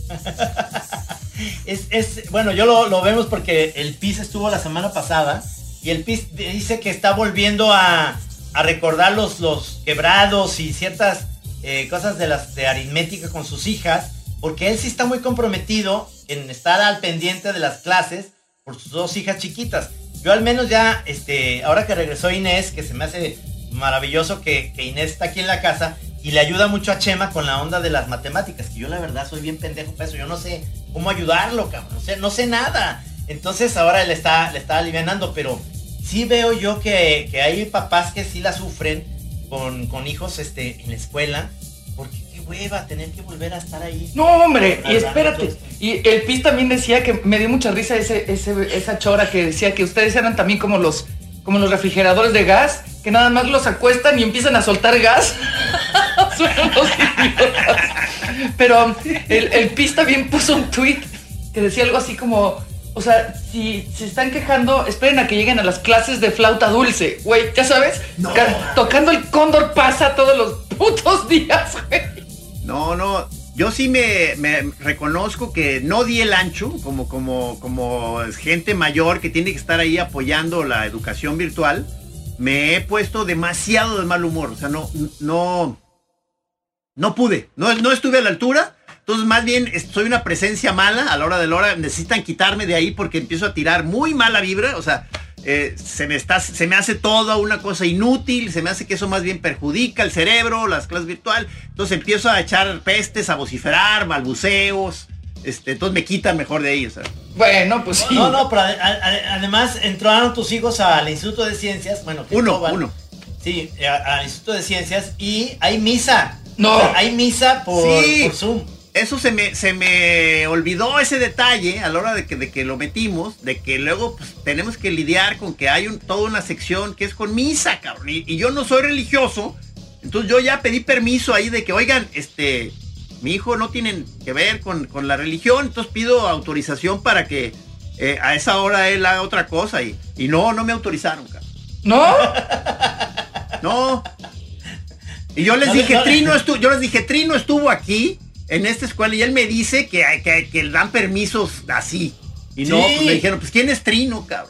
Es, es, bueno, yo lo, lo vemos porque el P I S estuvo la semana pasada y el P I S dice que está volviendo a, a recordar los, los quebrados y ciertas eh, cosas de, las, de aritmética con sus hijas, porque él sí está muy comprometido en estar al pendiente de las clases por sus dos hijas chiquitas. Yo al menos ya, este, ahora que regresó Inés, que se me hace maravilloso que, que Inés está aquí en la casa y le ayuda mucho a Chema con la onda de las matemáticas, que yo la verdad soy bien pendejo para eso, yo no sé cómo ayudarlo, cabrón, no sé, no sé nada. Entonces ahora él está, le está alivianando, pero sí veo yo que, que hay papás que sí la sufren con, con hijos este, en la escuela, porque qué hueva tener que volver a estar ahí. No, hombre, y espérate, y el P I S también decía que me dio mucha risa ese, ese, esa chora que decía que ustedes eran también como los, como los refrigeradores de gas, que nada más los acuestan y empiezan a soltar gas. Son los idiotas. Pero el, el P I S también puso un tweet que decía algo así como, o sea, si se están quejando, esperen a que lleguen a las clases de flauta dulce, güey, ya sabes, no. Tocando el Cóndor pasa todos los putos días, güey. No, no, yo sí me, me reconozco que no di el ancho como, como, como gente mayor que tiene que estar ahí apoyando la educación virtual. Me he puesto demasiado de mal humor, o sea, no, no, no pude, no, no estuve a la altura. Entonces, más bien, soy una presencia mala a la hora de la hora. Necesitan quitarme de ahí porque empiezo a tirar muy mala vibra. O sea, eh, se, me está, se me hace toda una cosa inútil. Se me hace que eso más bien perjudica el cerebro, las clases virtuales. Entonces, empiezo a echar pestes, a vociferar, balbuceos. Este, entonces, me quitan mejor de ahí. O sea. Bueno, pues sí. No, no, pero a, a, además entraron tus hijos al Instituto de Ciencias. Bueno, uno, uno. Sí, a, al Instituto de Ciencias. Y hay misa. No. O sea, hay misa por, sí. por Zoom. Eso se me, se me olvidó ese detalle a la hora de que, de que lo metimos, de que luego pues, tenemos que lidiar con que hay un, toda una sección que es con misa, cabrón. Y, y yo no soy religioso, entonces yo ya pedí permiso ahí de que, oigan, este, mi hijo no tiene que ver con, con la religión, entonces pido autorización para que eh, a esa hora él haga otra cosa. Y, y no, no me autorizaron, cabrón. ¿No? No. Y yo les no, dije, no, Trino estuvo, yo les dije, Trino estuvo aquí en esta escuela y él me dice que, que, que le dan permisos así. Y no, sí. Pues me dijeron, pues ¿quién es Trino, cabrón?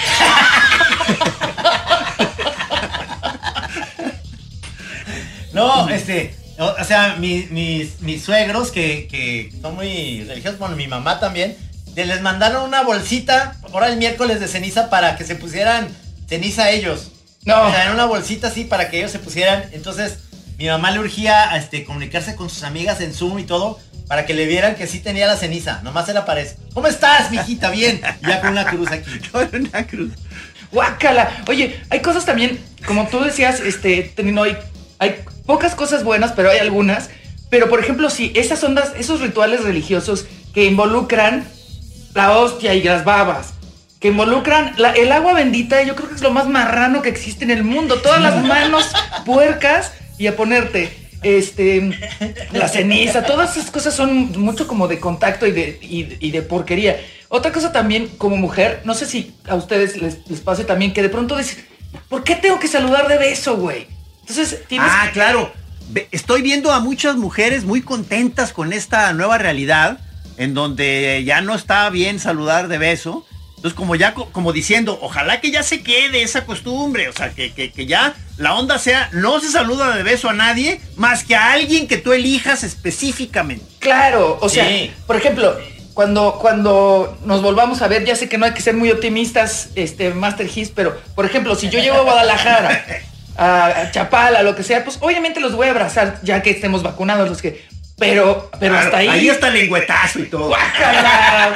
No, este, o, o sea, mi, mis, mis suegros que, que son muy religiosos, bueno, mi mamá también, les mandaron una bolsita ahora el miércoles de ceniza para que se pusieran ceniza ellos. No. O sea, en una bolsita así para que ellos se pusieran. Entonces, mi mamá le urgía a este, comunicarse con sus amigas en Zoom y todo, para que le vieran que sí tenía la ceniza. Nomás era para eso. ¿Cómo estás, mijita? Bien. Y ya con una cruz aquí. Con una cruz. Guácala. Oye, hay cosas también, como tú decías, este, Trino, hay, hay pocas cosas buenas, pero hay algunas. Pero, por ejemplo, sí, esas ondas, esos rituales religiosos que involucran la hostia y las babas, que involucran la, el agua bendita, yo creo que es lo más marrano que existe en el mundo. Todas las manos puercas y a ponerte este la ceniza, todas esas cosas son mucho como de contacto y de, y, y de porquería. Otra cosa también, como mujer, no sé si a ustedes les, les pase también, que de pronto dicen, ¿por qué tengo que saludar de beso, güey? Entonces tienes Ah, que... claro. Estoy viendo a muchas mujeres muy contentas con esta nueva realidad, en donde ya no está bien saludar de beso. Entonces, como ya, como diciendo, ojalá que ya se quede esa costumbre, o sea, que, que, que ya la onda sea, no se saluda de beso a nadie, más que a alguien que tú elijas específicamente. Claro, o sea, Sí. por ejemplo, cuando, cuando nos volvamos a ver, ya sé que no hay que ser muy optimistas, este, Master His, pero, por ejemplo, si yo llego a Guadalajara, a, a Chapala, lo que sea, pues obviamente los voy a abrazar, ya que estemos vacunados, los que... Pero, pero Claro, hasta ahí... Ahí está el lengüetazo y todo. ¡Guácala!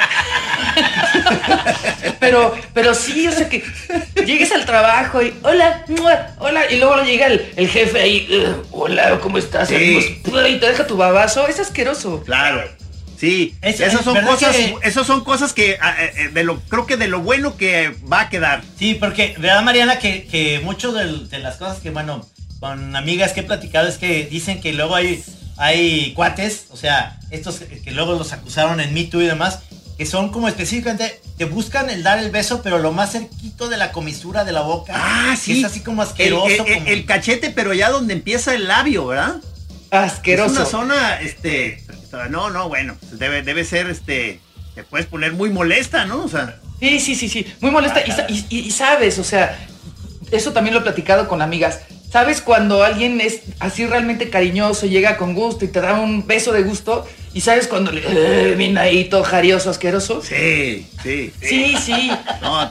pero, pero sí, o sea que llegues al trabajo y hola, ¡mua! Hola, y luego llega el, el jefe ahí, "Uh, hola, ¿cómo estás? Sí. Y te deja tu babazo, es asqueroso. Claro. Sí, Es- esas es son verdad cosas, que- esas son cosas que ah, eh, de lo, creo que de lo bueno que va a quedar. Sí, porque, ¿verdad, Mariana? Que, que mucho del- de las cosas que, bueno, con amigas que he platicado es que dicen que luego hay, hay cuates, o sea, estos que, que luego los acusaron en Me Too y demás, que son como específicamente, te buscan el dar el beso, pero lo más cerquito de la comisura de la boca. Ah, que sí. es así como El, asqueroso. el- como- el cachete, pero ya donde empieza el labio, ¿verdad? Asqueroso. Es una zona, este, no, no, bueno, debe, debe ser, este, te puedes poner muy molesta, ¿no? O sea, Sí, sí, sí, sí, muy molesta. Y, sa- y- y- y sabes, o sea, eso también lo he platicado con amigas. ¿Sabes cuando alguien es así realmente cariñoso, llega con gusto y te da un beso de gusto? ¿Y sabes cuando le... Eh, viene ahí todo jarioso, asqueroso? sí, sí. Sí, sí. No,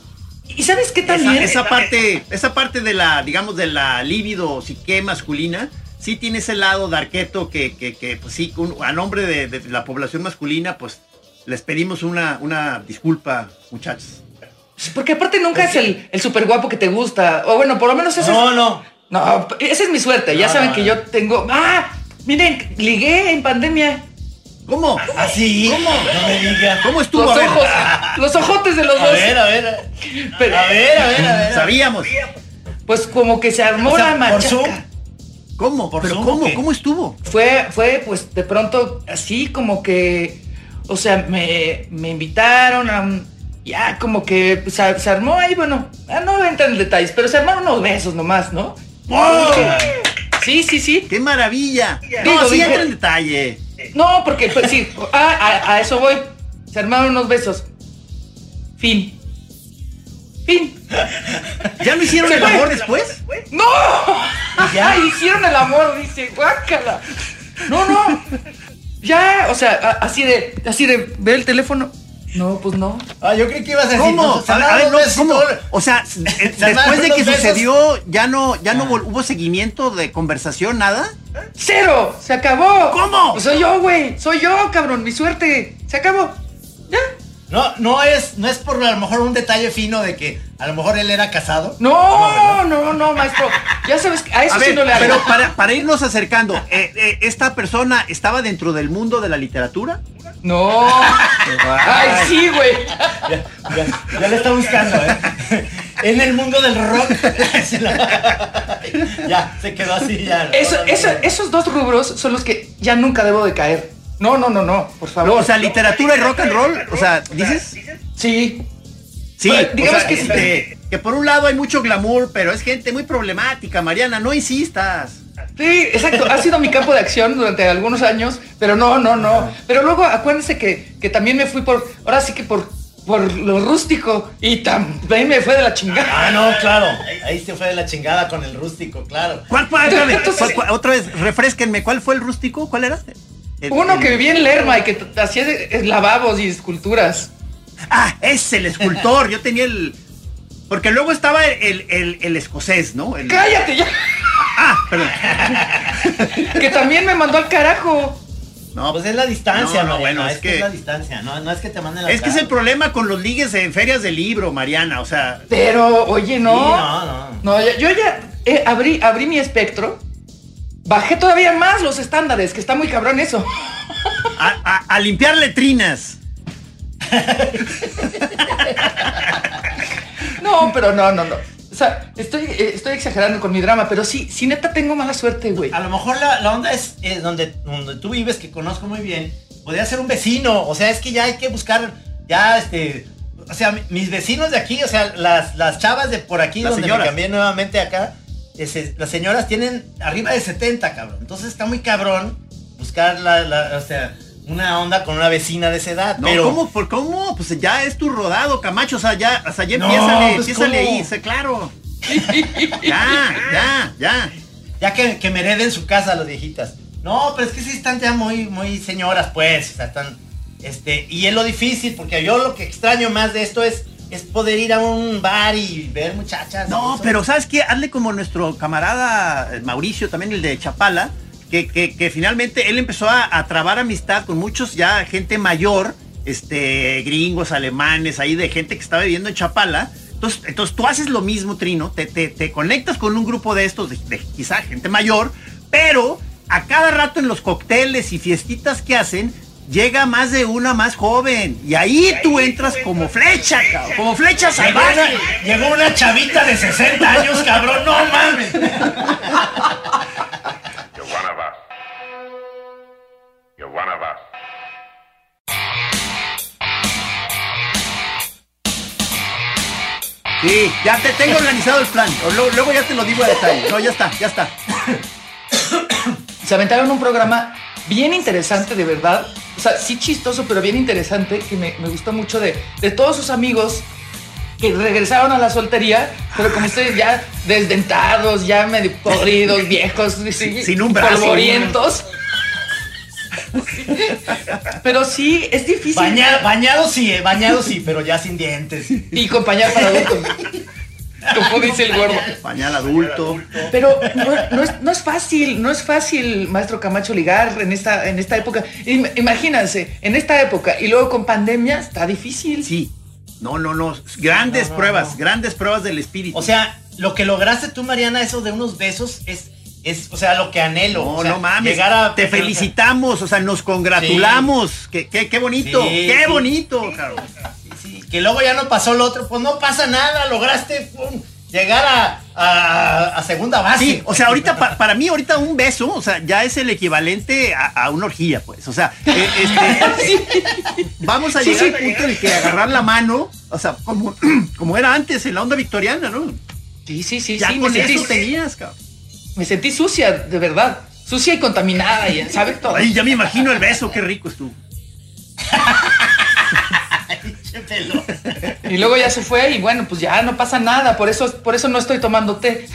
¿Y sabes qué esa, también? esa parte, esa parte de la, digamos, de la libido psique masculina, sí tiene ese lado darketo que, que, que pues sí, un- a nombre de, de la población masculina, pues les pedimos una, una disculpa, muchachos. Porque aparte nunca es el, el súper guapo que te gusta. O bueno, por lo menos ese No, es... no. No, esa es mi suerte. Ya No, saben no, que no. yo tengo... ¡Ah! Miren, ligué en pandemia. ¿Cómo? ¿Así? ¿Cómo? No me digas. ¿Cómo estuvo? Los A ver. ojos, los ojotes de los A dos. ver, a ver. Pero- A ver, a ver, a ver. Sabíamos. Pues como que se armó O sea, la por machaca. Zoom. ¿Cómo? ¿Por ¿Pero Zoom cómo? o qué? ¿Cómo estuvo? Fue, fue pues de pronto así como que, o sea, me, me invitaron a un- ya como que se, se armó ahí, bueno, ah, no voy a entrar en detalles, pero se armaron unos besos nomás, ¿no? ¡Oh! Sí, sí, sí. ¡Qué maravilla! Digo, No, sí, dije- entra en detalle. No, porque pues sí, ah, a, a eso voy. Se armaron unos besos. Fin. Fin. ¿Ya no hicieron Se el fue. amor después? ¡No! Ya hicieron el amor, dice, guácala. No, no. Ya, o sea, a- así de, así de, ve el teléfono. No, pues no. Ah, yo creí que ibas a decir. ¿Cómo? no, se A ver, armaron a ver, los no, besos y ¿cómo? todo. O sea, eh, Se armaron después de que los besos. sucedió, ya no, ya no vol- hubo seguimiento de conversación, nada. ¡Cero! ¡Se acabó! ¿Cómo? Pues soy yo, güey. Soy yo, cabrón. Mi suerte. Se acabó. Ya. No, no es, no es por a lo mejor un detalle fino de que a lo mejor él era casado. No, no, no, maestro. Ya sabes que a eso A sí ver, no le hago. pero para, para irnos acercando, eh, eh, ¿esta persona estaba dentro del mundo de la literatura? No. Ay, sí, güey. Ya, ya, ya le está buscando, ¿eh? En el mundo del rock. Ya, se quedó así, ya. Eso, eso, esos dos rubros son los que ya nunca debo de caer. No, no, no, no. Por favor. No, o sea, literatura y rock and roll, o sea, ¿dices? Sí. Sí, Bueno, digamos o sea, que sí. este, que por un lado hay mucho glamour, pero es gente muy problemática, Mariana, no insistas. Sí, exacto. Ha sido mi campo de acción durante algunos años, pero no, no, no. Pero luego acuérdense que, que también me fui por, ahora sí que por, por lo rústico y también me fue de la chingada. Ah, no, claro. Ahí se fue de la chingada con el rústico, claro. ¿Cuál fue? Otra vez, Entonces- ¿cuál- cuál- otra vez, refresquenme, ¿cuál fue el rústico? ¿Cuál era? El- Uno el- que vivía en Lerma y que t- hacía de- lavabos y esculturas. Ah, es el escultor, yo tenía el... Porque luego estaba el, el, el escocés, ¿no? El- ¡Cállate ya! Ah, perdón. Que también me mandó al carajo. No, pues es la distancia, No, no, Mariana, bueno, es, es que que- es la distancia, no, no es que te manden la Es que es el problema con los ligues en ferias de libro, Mariana, o sea... Pero, oye, no. Sí, no, no. No, ya- yo ya eh, abrí, abrí mi espectro. Bajé todavía más los estándares, que está muy cabrón eso. A, a- a limpiar letrinas. No, pero no, no, no. O sea, estoy, eh, estoy exagerando con mi drama, pero sí, sí neta tengo mala suerte, güey. A lo mejor la, la onda es eh, donde, donde tú vives, que conozco muy bien, podría ser un vecino, o sea, es que ya hay que buscar, ya, este, o sea, mi- mis vecinos de aquí, o sea, las, las chavas de por aquí, Las donde señoras. me cambié nuevamente acá, ese, las señoras tienen arriba de setenta, cabrón, entonces está muy cabrón buscar la, la- o sea, una onda con una vecina de esa edad. No, pero... ¿cómo? ¿Por cómo? Pues ya es tu rodado, Camacho. O sea, ya, o sea, ya No, empiézale, pues, empiézale ¿cómo? ahí, o sea, claro. Ya, ya, ya. Ya que, que me hereden su casa las viejitas. No, pero es que sí están ya muy, muy señoras, pues. O sea, están. Este. Y es lo difícil, porque yo lo que extraño más de esto es. Es poder ir a un bar y ver muchachas. No, eso. pero ¿sabes qué? Hazle como nuestro camarada Mauricio, también el de Chapala, que, que, que finalmente él empezó a, a trabar amistad con muchos ya gente mayor, este, gringos, alemanes, ahí de gente que estaba viviendo en Chapala. Entonces, entonces tú haces lo mismo, Trino, te, te, te conectas con un grupo de estos, de, de quizá gente mayor, pero a cada rato en los cócteles y fiestitas que hacen, llega más de una más joven. Y ahí tú entras como flecha, cabrón. Como flecha Llegó salvaje. una, llegó una chavita de sesenta años, cabrón. No mames. You're one of us. You're one of us. Sí, ya te tengo organizado el plan. O luego, luego ya te lo digo a detalle. No, ya está, ya está. Se aventaron un programa bien interesante, de verdad. O sea, sí chistoso, pero bien interesante, que me, me gustó mucho de, de todos sus amigos que regresaron a la soltería, pero como ustedes ya desdentados, ya medio podridos, viejos, sí, sin un brazo. polvorientos. Pero sí, es difícil. Bañado, bañado sí, eh, bañado sí, pero ya sin dientes. Y con pañal para adultos. Como dice el gordo. Pañal adulto. Pero no, no, es, no es fácil, no es fácil, maestro Camacho, ligar en esta, en esta época. Im- Imagínense, en esta época y luego con pandemia está difícil. Sí. No, no, no. Grandes No, no, pruebas, no. grandes pruebas del espíritu. O sea, lo que lograste tú, Mariana, eso de unos besos, es, es o sea, lo que anhelo. no, o sea, no mames. Llegar a, te felicitamos, o sea, nos congratulamos. Qué, qué, qué bonito, Sí, qué sí. bonito, cabrón. Sí, sí, que luego ya no pasó lo otro, pues no pasa nada, lograste pum, llegar a, a, a segunda base. Sí, o sea, ahorita, pa- para mí, ahorita un beso, o sea, ya es el equivalente a, a una orgía, pues. O sea, eh, este, vamos a Sí, llegar sí. al punto en el que agarrar la mano, o sea, como, como era antes en la onda victoriana, ¿no? Sí, sí, sí, Ya sí. con Me sentí, eso tenías, cabrón. me sentí sucia, de verdad. Sucia y contaminada, y ¿sabes todo? Ay, ya me imagino el beso, qué rico estuvo. Pinche pelón. Y luego ya se fue y bueno, pues ya no pasa nada. Por eso, por eso no estoy tomando té.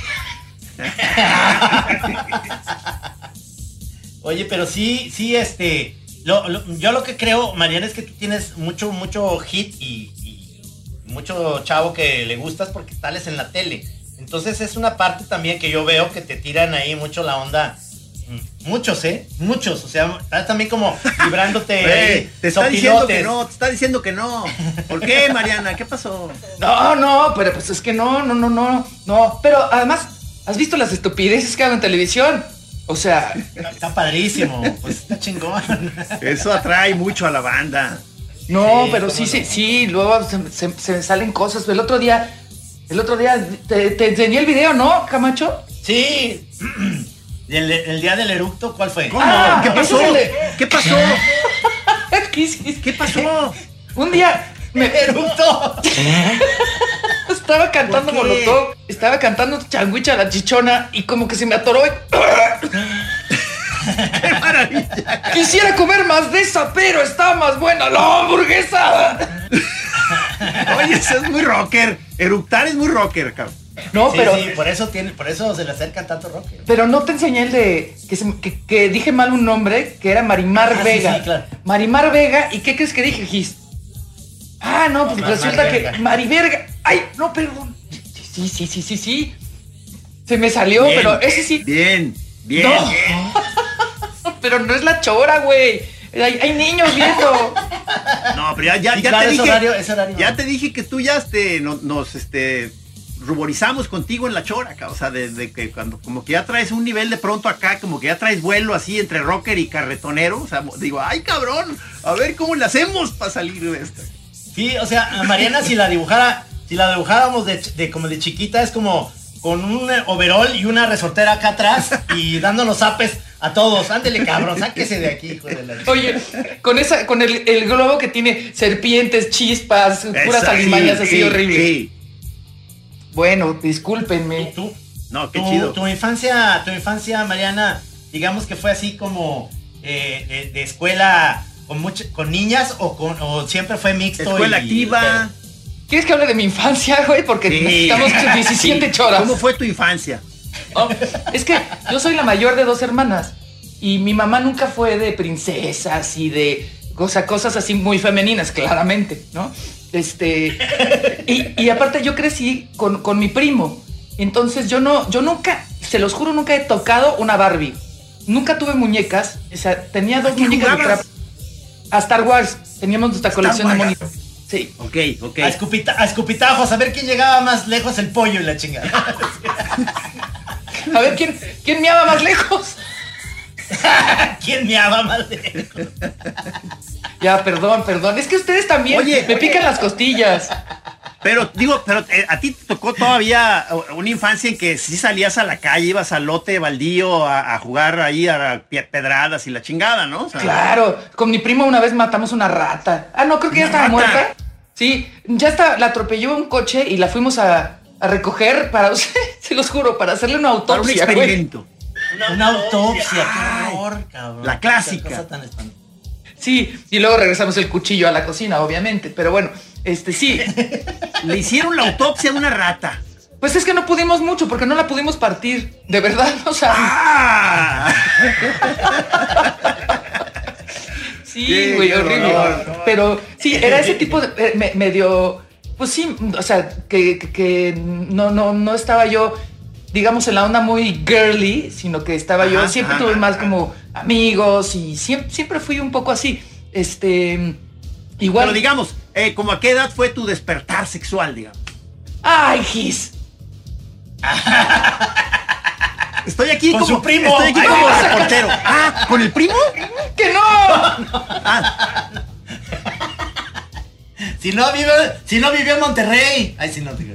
Oye, pero sí, sí, este, lo, lo- yo lo que creo, Mariana, es que tú tienes mucho, mucho hit y, y mucho chavo que le gustas porque sales en la tele. Entonces es una parte también que yo veo que te tiran ahí mucho la onda. mm, Muchos, ¿eh? Muchos. O sea, estás también como librándote. Güey, ahí, te está diciendo que sopilotes. no, te está diciendo que no. ¿Por qué, Mariana? ¿Qué pasó? No, no, pero pues es que no, no, no, no, no. Pero además, ¿has visto las estupideces que hago en televisión? O sea, Está padrísimo. Pues está chingón. Eso atrae mucho a la banda. no, Sí, pero cómo sí, no. sí, sí, luego se, se- se me salen cosas. El otro día, el otro día te, te enseñé el video, ¿no, Camacho? Sí. El, el día del eructo, ¿cuál fue? ¿Cómo? Ah, ¿Qué pasó? ese es el de- ¿Qué pasó? ¿Qué hiciste? ¿Qué pasó? Un día me ¡Eructo! estaba cantando ¿Por qué? Molotov, estaba cantando Changuicha la Chichona y como que se me atoró y... ¡Qué maravilla! Quisiera comer más de esa, pero está más buena la hamburguesa. Oye, eso es muy rocker. Eructar es muy rocker, cabrón. No, Sí, pero... sí, por eso tiene, por eso se le acerca tanto rock. Pero no te enseñé el de que, se- que- que dije mal un nombre, que era Marimar Ah, sí, Vega. sí, claro. Marimar Vega, ¿y qué crees que dije, Gis? Ah, no, pues Mar- resulta Marverga. que Mariverga. Ay, no, perdón. Sí, sí, sí, sí, sí. Se me salió, Bien, pero ese sí. Bien, bien. No, pero no es la chora, güey. Hay, hay niños viendo. No, pero ya, ya, Sí, ya claro, te ese dije. horario- ese horario ya no. te dije que tú ya este, no- nos este, ruborizamos contigo en la chora, ca- o sea, desde que cuando como que ya traes un nivel de pronto acá, como que ya traes vuelo así entre rocker y carretonero, o sea, digo, ay cabrón, a ver cómo le hacemos para salir de esto. Sí, o sea, a Mariana si la dibujara, si la dibujáramos de, de como de chiquita, es como con un overall y una resortera acá atrás y dándonos zapes a todos. Ándele, cabrón, sáquese de aquí, hijo de la... Oye, con esa, con el, el globo que tiene serpientes, chispas, puras Esa, alimañas sí, así sí, horribles. sí. Bueno, discúlpenme. Tú, No, qué tu, chido. tu infancia, tu infancia, Mariana, digamos que fue así como eh, de, de escuela con, mucho, con niñas o, con, o siempre fue mixto? Escuela y, activa. ¿Quieres que hable de mi infancia, güey? Porque Sí. necesitamos diecisiete Sí. choras. ¿Cómo fue tu infancia? Oh, es que yo soy la mayor de dos hermanas y mi mamá nunca fue de princesas y de cosa, cosas así muy femeninas, claramente, ¿no? Este, y, y aparte yo crecí con, con mi primo. Entonces yo no, yo nunca, se los juro, nunca he tocado una Barbie. Nunca tuve muñecas. O sea, tenía dos ¿A qué muñecas de jugabas? crap. A Star Wars. Teníamos nuestra colección Wars. de monitos. Sí. Ok, ok. A, escupita, a escupitajos, a ver quién llegaba más lejos, el pollo y la chingada. A ver, ¿quién, quién meaba más lejos? ¿Quién meaba más lejos? Ya, perdón, perdón. Es que ustedes también Oye, me oye. pican las costillas. Pero digo, pero eh, a ti te tocó todavía una infancia en que sí salías a la calle, ibas al lote baldío a, a jugar ahí a pie- pedradas y la chingada, ¿no? O sea, Claro, con mi primo una vez matamos una rata. Ah, no, creo que ya ¿Una estaba rata? muerta. Sí, ya está, la atropelló un coche y la fuimos a, a recoger para, se los juro, para hacerle una para un autopsia, güey. experimento. Una, una autopsia, qué horror, cabrón. La clásica. Qué cosa tan espantosa. Sí, y luego regresamos el cuchillo a la cocina, obviamente. Pero bueno, este sí. Le hicieron la autopsia a una rata. Pues es que no pudimos mucho porque no la pudimos partir. De verdad, o sea. ¡Ah! Sí, Qué güey, horrible. horror. Pero sí, era ese tipo de eh, me- medio, pues sí, o sea, que, que, que no, no, no estaba yo, digamos, en la onda muy girly, sino que estaba yo, Ajá, siempre ajá, tuve más ajá. como amigos y siempre, siempre fui un poco así. Este, igual. Pero digamos, eh, ¿como a qué edad fue tu despertar sexual, digamos? Ay, Gis. Estoy aquí Con como su primo. Estoy aquí Ay, como vas a reportero. Ah, ¿con el primo? ¡Que no! Ah, Si no vive, si no vivió en Monterrey. Ay, si no te creo.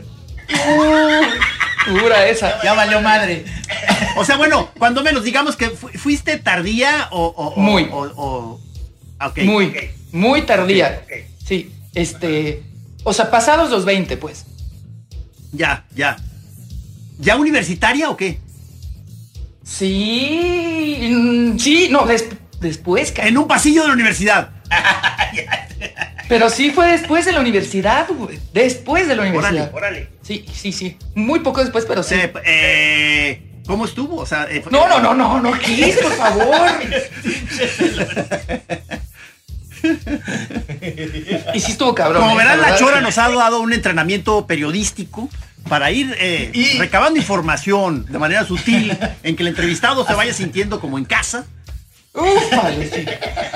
Dura esa. Ya valió madre. o sea, bueno, cuando menos, digamos que fu- fuiste tardía o... o- o- Muy. O, o- ok, Muy, ok. muy tardía. Ok, ok. Sí, este, o sea, pasados los veinte, pues. Ya, ya. ¿Ya universitaria o qué? Sí, mm, sí, no, des- después, ca- En un pasillo de la universidad. pero sí fue después de la universidad, güey, después de la universidad. Órale, órale. Sí, sí, sí, muy poco después, pero sí. Eh, eh, ¿Cómo estuvo? O sea, eh, fue- No, no, no, no, no, Gis, por favor. Y sí estuvo cabrón. Como eh, verán, la verdad, Chora sí. nos ha dado un entrenamiento periodístico para ir eh, Y- recabando información de manera sutil, en que el entrevistado se vaya sintiendo como en casa. Ufale, sí.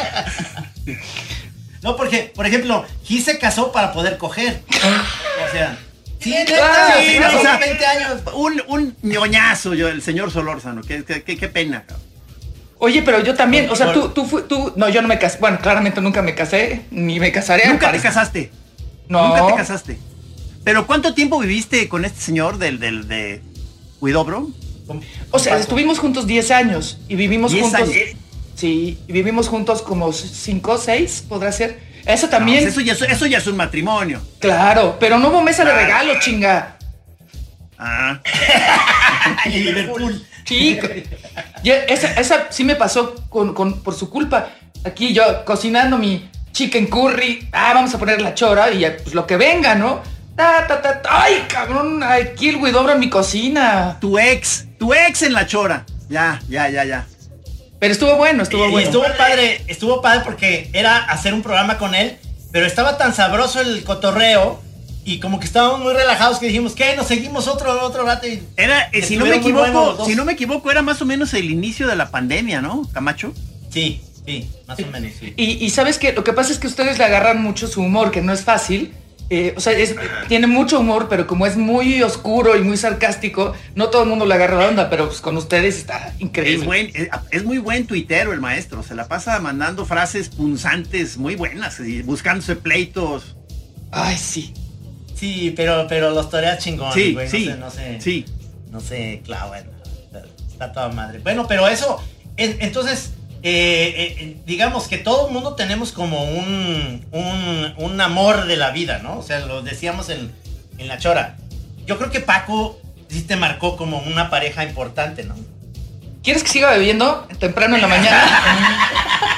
No, porque, por ejemplo, Gis se casó para poder coger. O sea, sí, neta, Ah, se sí, casó o sea, a veinte años. Un, un ñoñazo, yo, el señor Solórzano. Qué, qué, qué- qué pena, cabrón. Oye, pero yo también, o sea, tú, tú, fu- tú, no, yo no me casé, bueno, claramente nunca me casé, ni me casaré. Nunca te parece. casaste. No. Nunca te casaste. Pero ¿cuánto tiempo viviste con este señor del, del de Huidobro? O sea, estuvimos juntos diez años y vivimos diez juntos. años. Sí, y vivimos juntos como cinco, seis, podrá ser. Eso No, también. pues eso, ya, es- eso ya es un matrimonio. Claro, pero no hubo mesa de Claro. regalo, chinga. Ah. En Liverpool. Sí, ya, esa, esa sí me pasó con, con- por su culpa. Aquí yo cocinando mi chicken curry. Ah, vamos a poner la chora y ya, pues lo que venga, ¿no? Ta, ta, ta, ta. Ay, cabrón, aquí el Huidobro en mi cocina. Tu ex, tu ex en la Chora. Ya, ya, ya, ya. Pero estuvo bueno, estuvo Y bueno. estuvo padre, estuvo padre porque era hacer un programa con él, pero estaba tan sabroso el cotorreo y como que estábamos muy relajados que dijimos, ¿qué? Nos seguimos otro, otro rato y... Era, eh, si no me Estuvieron muy buenos equivoco, los dos. si no me equivoco, era más o menos el inicio de la pandemia, ¿no, Camacho? Sí, sí, más o menos, sí. Y, y sabes que lo que pasa es que ustedes le agarran mucho su humor, que no es fácil. Eh, o sea, es- tiene mucho humor, pero como es muy oscuro y muy sarcástico, no todo el mundo le agarra la onda, pero pues, con ustedes está increíble. Es, buen, es, es muy buen tuitero el maestro. Se la pasa mandando frases punzantes muy buenas y buscándose pleitos. Ay, sí. Sí, pero, pero los toreas chingón, Sí, güey, no sí, sé, no sé, sí. no sé, claro, bueno, está, está toda madre. Bueno, pero eso, en- entonces, eh, eh, digamos que todo el mundo tenemos como un, un, un amor de la vida, ¿no? O sea, lo decíamos en, en la Chora. Yo creo que Paco sí te marcó como una pareja importante, ¿no? ¿Quieres que siga bebiendo temprano en la mañana?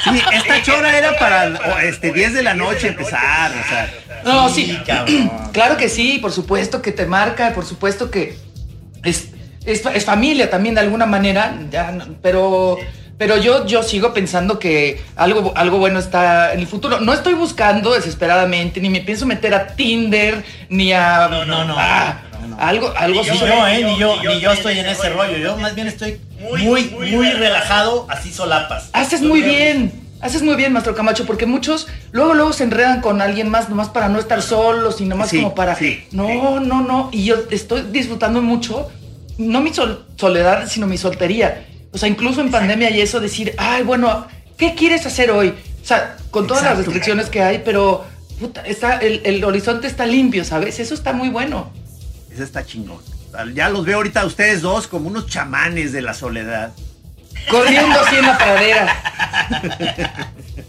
Sí, esta chora era para este diez de la noche empezar, o sea. No, sí, sí. Claro que sí, por supuesto que te marca, por supuesto que es, es, es familia también de alguna manera, ya, pero... Pero yo, yo sigo pensando que algo, algo bueno está en el futuro. No estoy buscando desesperadamente, ni me pienso meter a Tinder, ni a... No, no, no. Ah, no, no. Algo, algo Ni yo, yo, eh, ni yo, ni yo estoy en ese rollo. Yo más bien estoy muy, muy relajado, así solapas. Haces muy bien, haces muy bien, Maestro Camacho, porque muchos luego, luego se enredan con alguien más, nomás para no estar solos y nomás Sí, como para... sí, no, sí. no, no. Y yo estoy disfrutando mucho, no mi sol- soledad, sino mi soltería. O sea, incluso en pandemia y eso, decir, ay, bueno, ¿qué quieres hacer hoy? O sea, con todas Exacto. las restricciones que hay, pero puta, está, el, el horizonte está limpio, ¿sabes? Eso está muy bueno. Ese está chingón. Ya los veo ahorita a ustedes dos como unos chamanes de la soledad. Corriendo así en la pradera.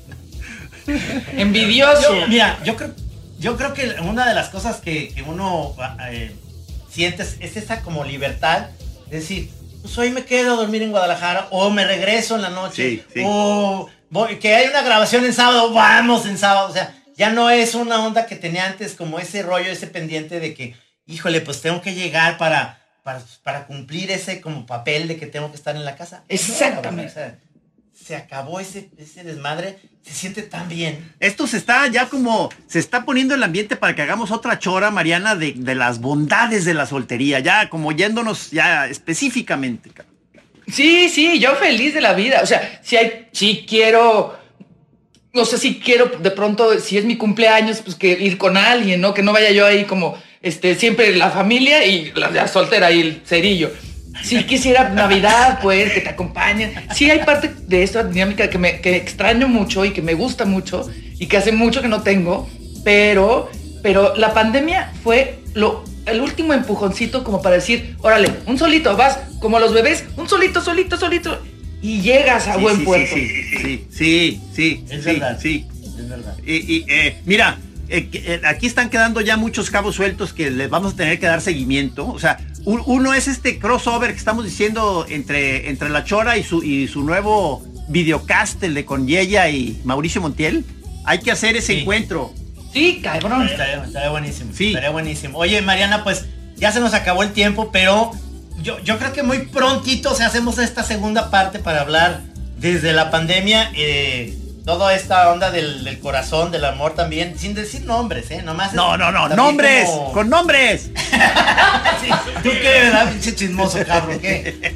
Envidioso. Yo, mira, yo creo, yo creo que una de las cosas que, que uno eh, siente es, es esa como libertad. Es decir, pues hoy me quedo a dormir en Guadalajara o me regreso en la noche. Sí, sí. O voy, que hay una grabación en sábado, vamos en sábado. O sea, ya no es una onda que tenía antes como ese rollo, ese pendiente de que, híjole, pues tengo que llegar para, para, para cumplir ese como papel de que tengo que estar en la casa. Exactamente. O sea, se acabó ese, ese desmadre, se siente tan bien. Esto se está ya como, se está poniendo el ambiente para que hagamos otra chora, Mariana, de, de las bondades de la soltería, ya como yéndonos ya específicamente. Sí, sí, yo feliz de la vida. O sea, si hay, si quiero, no sé si quiero de pronto, si es mi cumpleaños, pues que ir con alguien, ¿no? Que no vaya yo ahí como, este, siempre la familia y la, la soltera y el cerillo. Si quisiera Navidad, pues, que te acompañen. Sí hay parte de esta dinámica que me que extraño mucho y que me gusta mucho y que hace mucho que no tengo, pero, pero la pandemia fue lo, el último empujoncito como para decir, órale, un solito, vas como los bebés, un solito, solito, solito, y llegas a Sí, buen sí, puerto. Sí, sí, sí, sí, sí, Es sí, verdad. sí. Es verdad. Y, y, eh, mira, eh, que, eh, aquí están quedando ya muchos cabos sueltos que les vamos a tener que dar seguimiento. O sea, un, uno es este crossover que estamos diciendo entre, entre La Chora y su, y su nuevo videocast, el de con Yeya y Mauricio Montiel. Hay que hacer ese Sí. encuentro. Sí, cabrón. Estaría, estaría buenísimo. Sí. Estaría buenísimo. Oye, Mariana, pues ya se nos acabó el tiempo, pero yo, yo creo que muy prontito, o sea, hacemos esta segunda parte para hablar desde la pandemia, eh, toda esta onda del, del corazón, del amor también, sin decir nombres, ¿eh? Nomás. es No, no, no, también nombres, como- con nombres. Sí, ¿tú qué, verdad, pinche chismoso, cabrón? ¿Qué?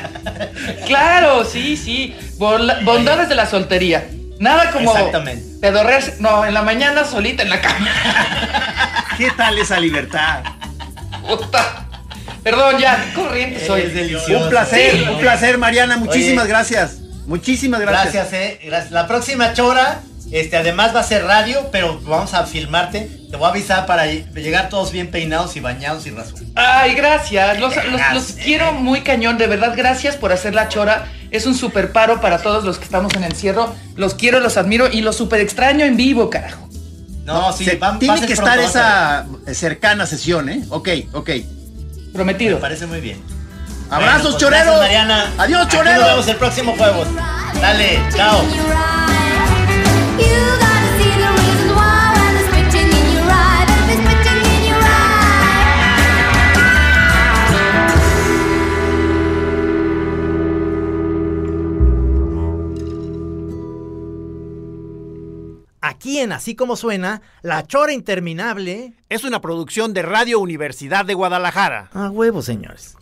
Claro, sí, sí. Bola- bondades de la soltería. Nada como Exactamente. pedorrearse, no, en la mañana solita en la cama. ¿Qué tal esa libertad? Puta. Perdón, ya, qué corriente soy. Es delicioso. Un placer, Sí. un placer, Mariana. Muchísimas Oye. gracias. Muchísimas gracias. Gracias, eh. Gracias. La próxima chora, este, además va a ser radio, pero vamos a filmarte. Te voy a avisar para llegar todos bien peinados y bañados y rasurados. Ay, gracias. Los, los, los quiero muy cañón, de verdad, gracias por hacer la chora. Es un super paro para todos los que estamos en encierro. Los quiero, los admiro y los super extraño en vivo, carajo. No, sí, Se- va, va tiene a ser que pronto, estar va a esa cercana sesión, ¿eh? Ok, ok. ser. Prometido. Me parece muy bien. Abrazos, Bueno, pues, choreros. gracias, Mariana. Adiós, Aquí choreros. Nos vemos el próximo jueves. Dale, chao. Aquí en Así Como Suena, La Chora Interminable. Es una producción de Radio Universidad de Guadalajara. A huevo, señores.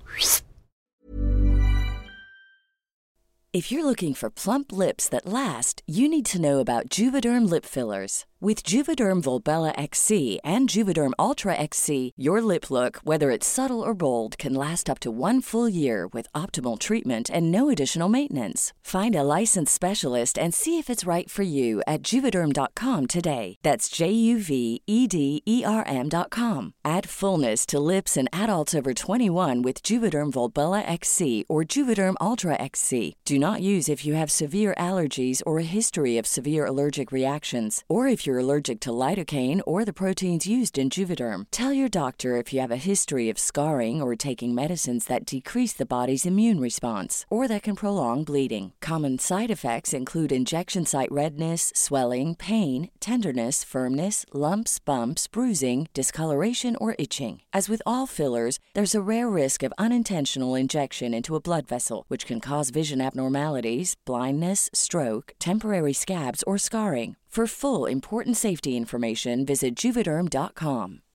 If you're looking for plump lips that last, you need to know about Juvederm lip fillers. With Juvederm Volbella X C and Juvederm Ultra X C, your lip look, whether it's subtle or bold, can last up to one full year with optimal treatment and no additional maintenance. Find a licensed specialist and see if it's right for you at juvederm dot com today. That's J U V E D E R M dot com. Add fullness to lips in adults over twenty-one with Juvederm Volbella X C or Juvederm Ultra X C. Do not use if you have severe allergies or a history of severe allergic reactions, or if you're allergic to lidocaine or the proteins used in Juvederm. Tell your doctor if you have a history of scarring or taking medicines that decrease the body's immune response or that can prolong bleeding. Common side effects include injection site redness, swelling, pain, tenderness, firmness, lumps, bumps, bruising, discoloration, or itching. As with all fillers, there's a rare risk of unintentional injection into a blood vessel, which can cause vision abnormalities, blindness, stroke, temporary scabs, or scarring. For full, important safety information, visit Juvederm dot com.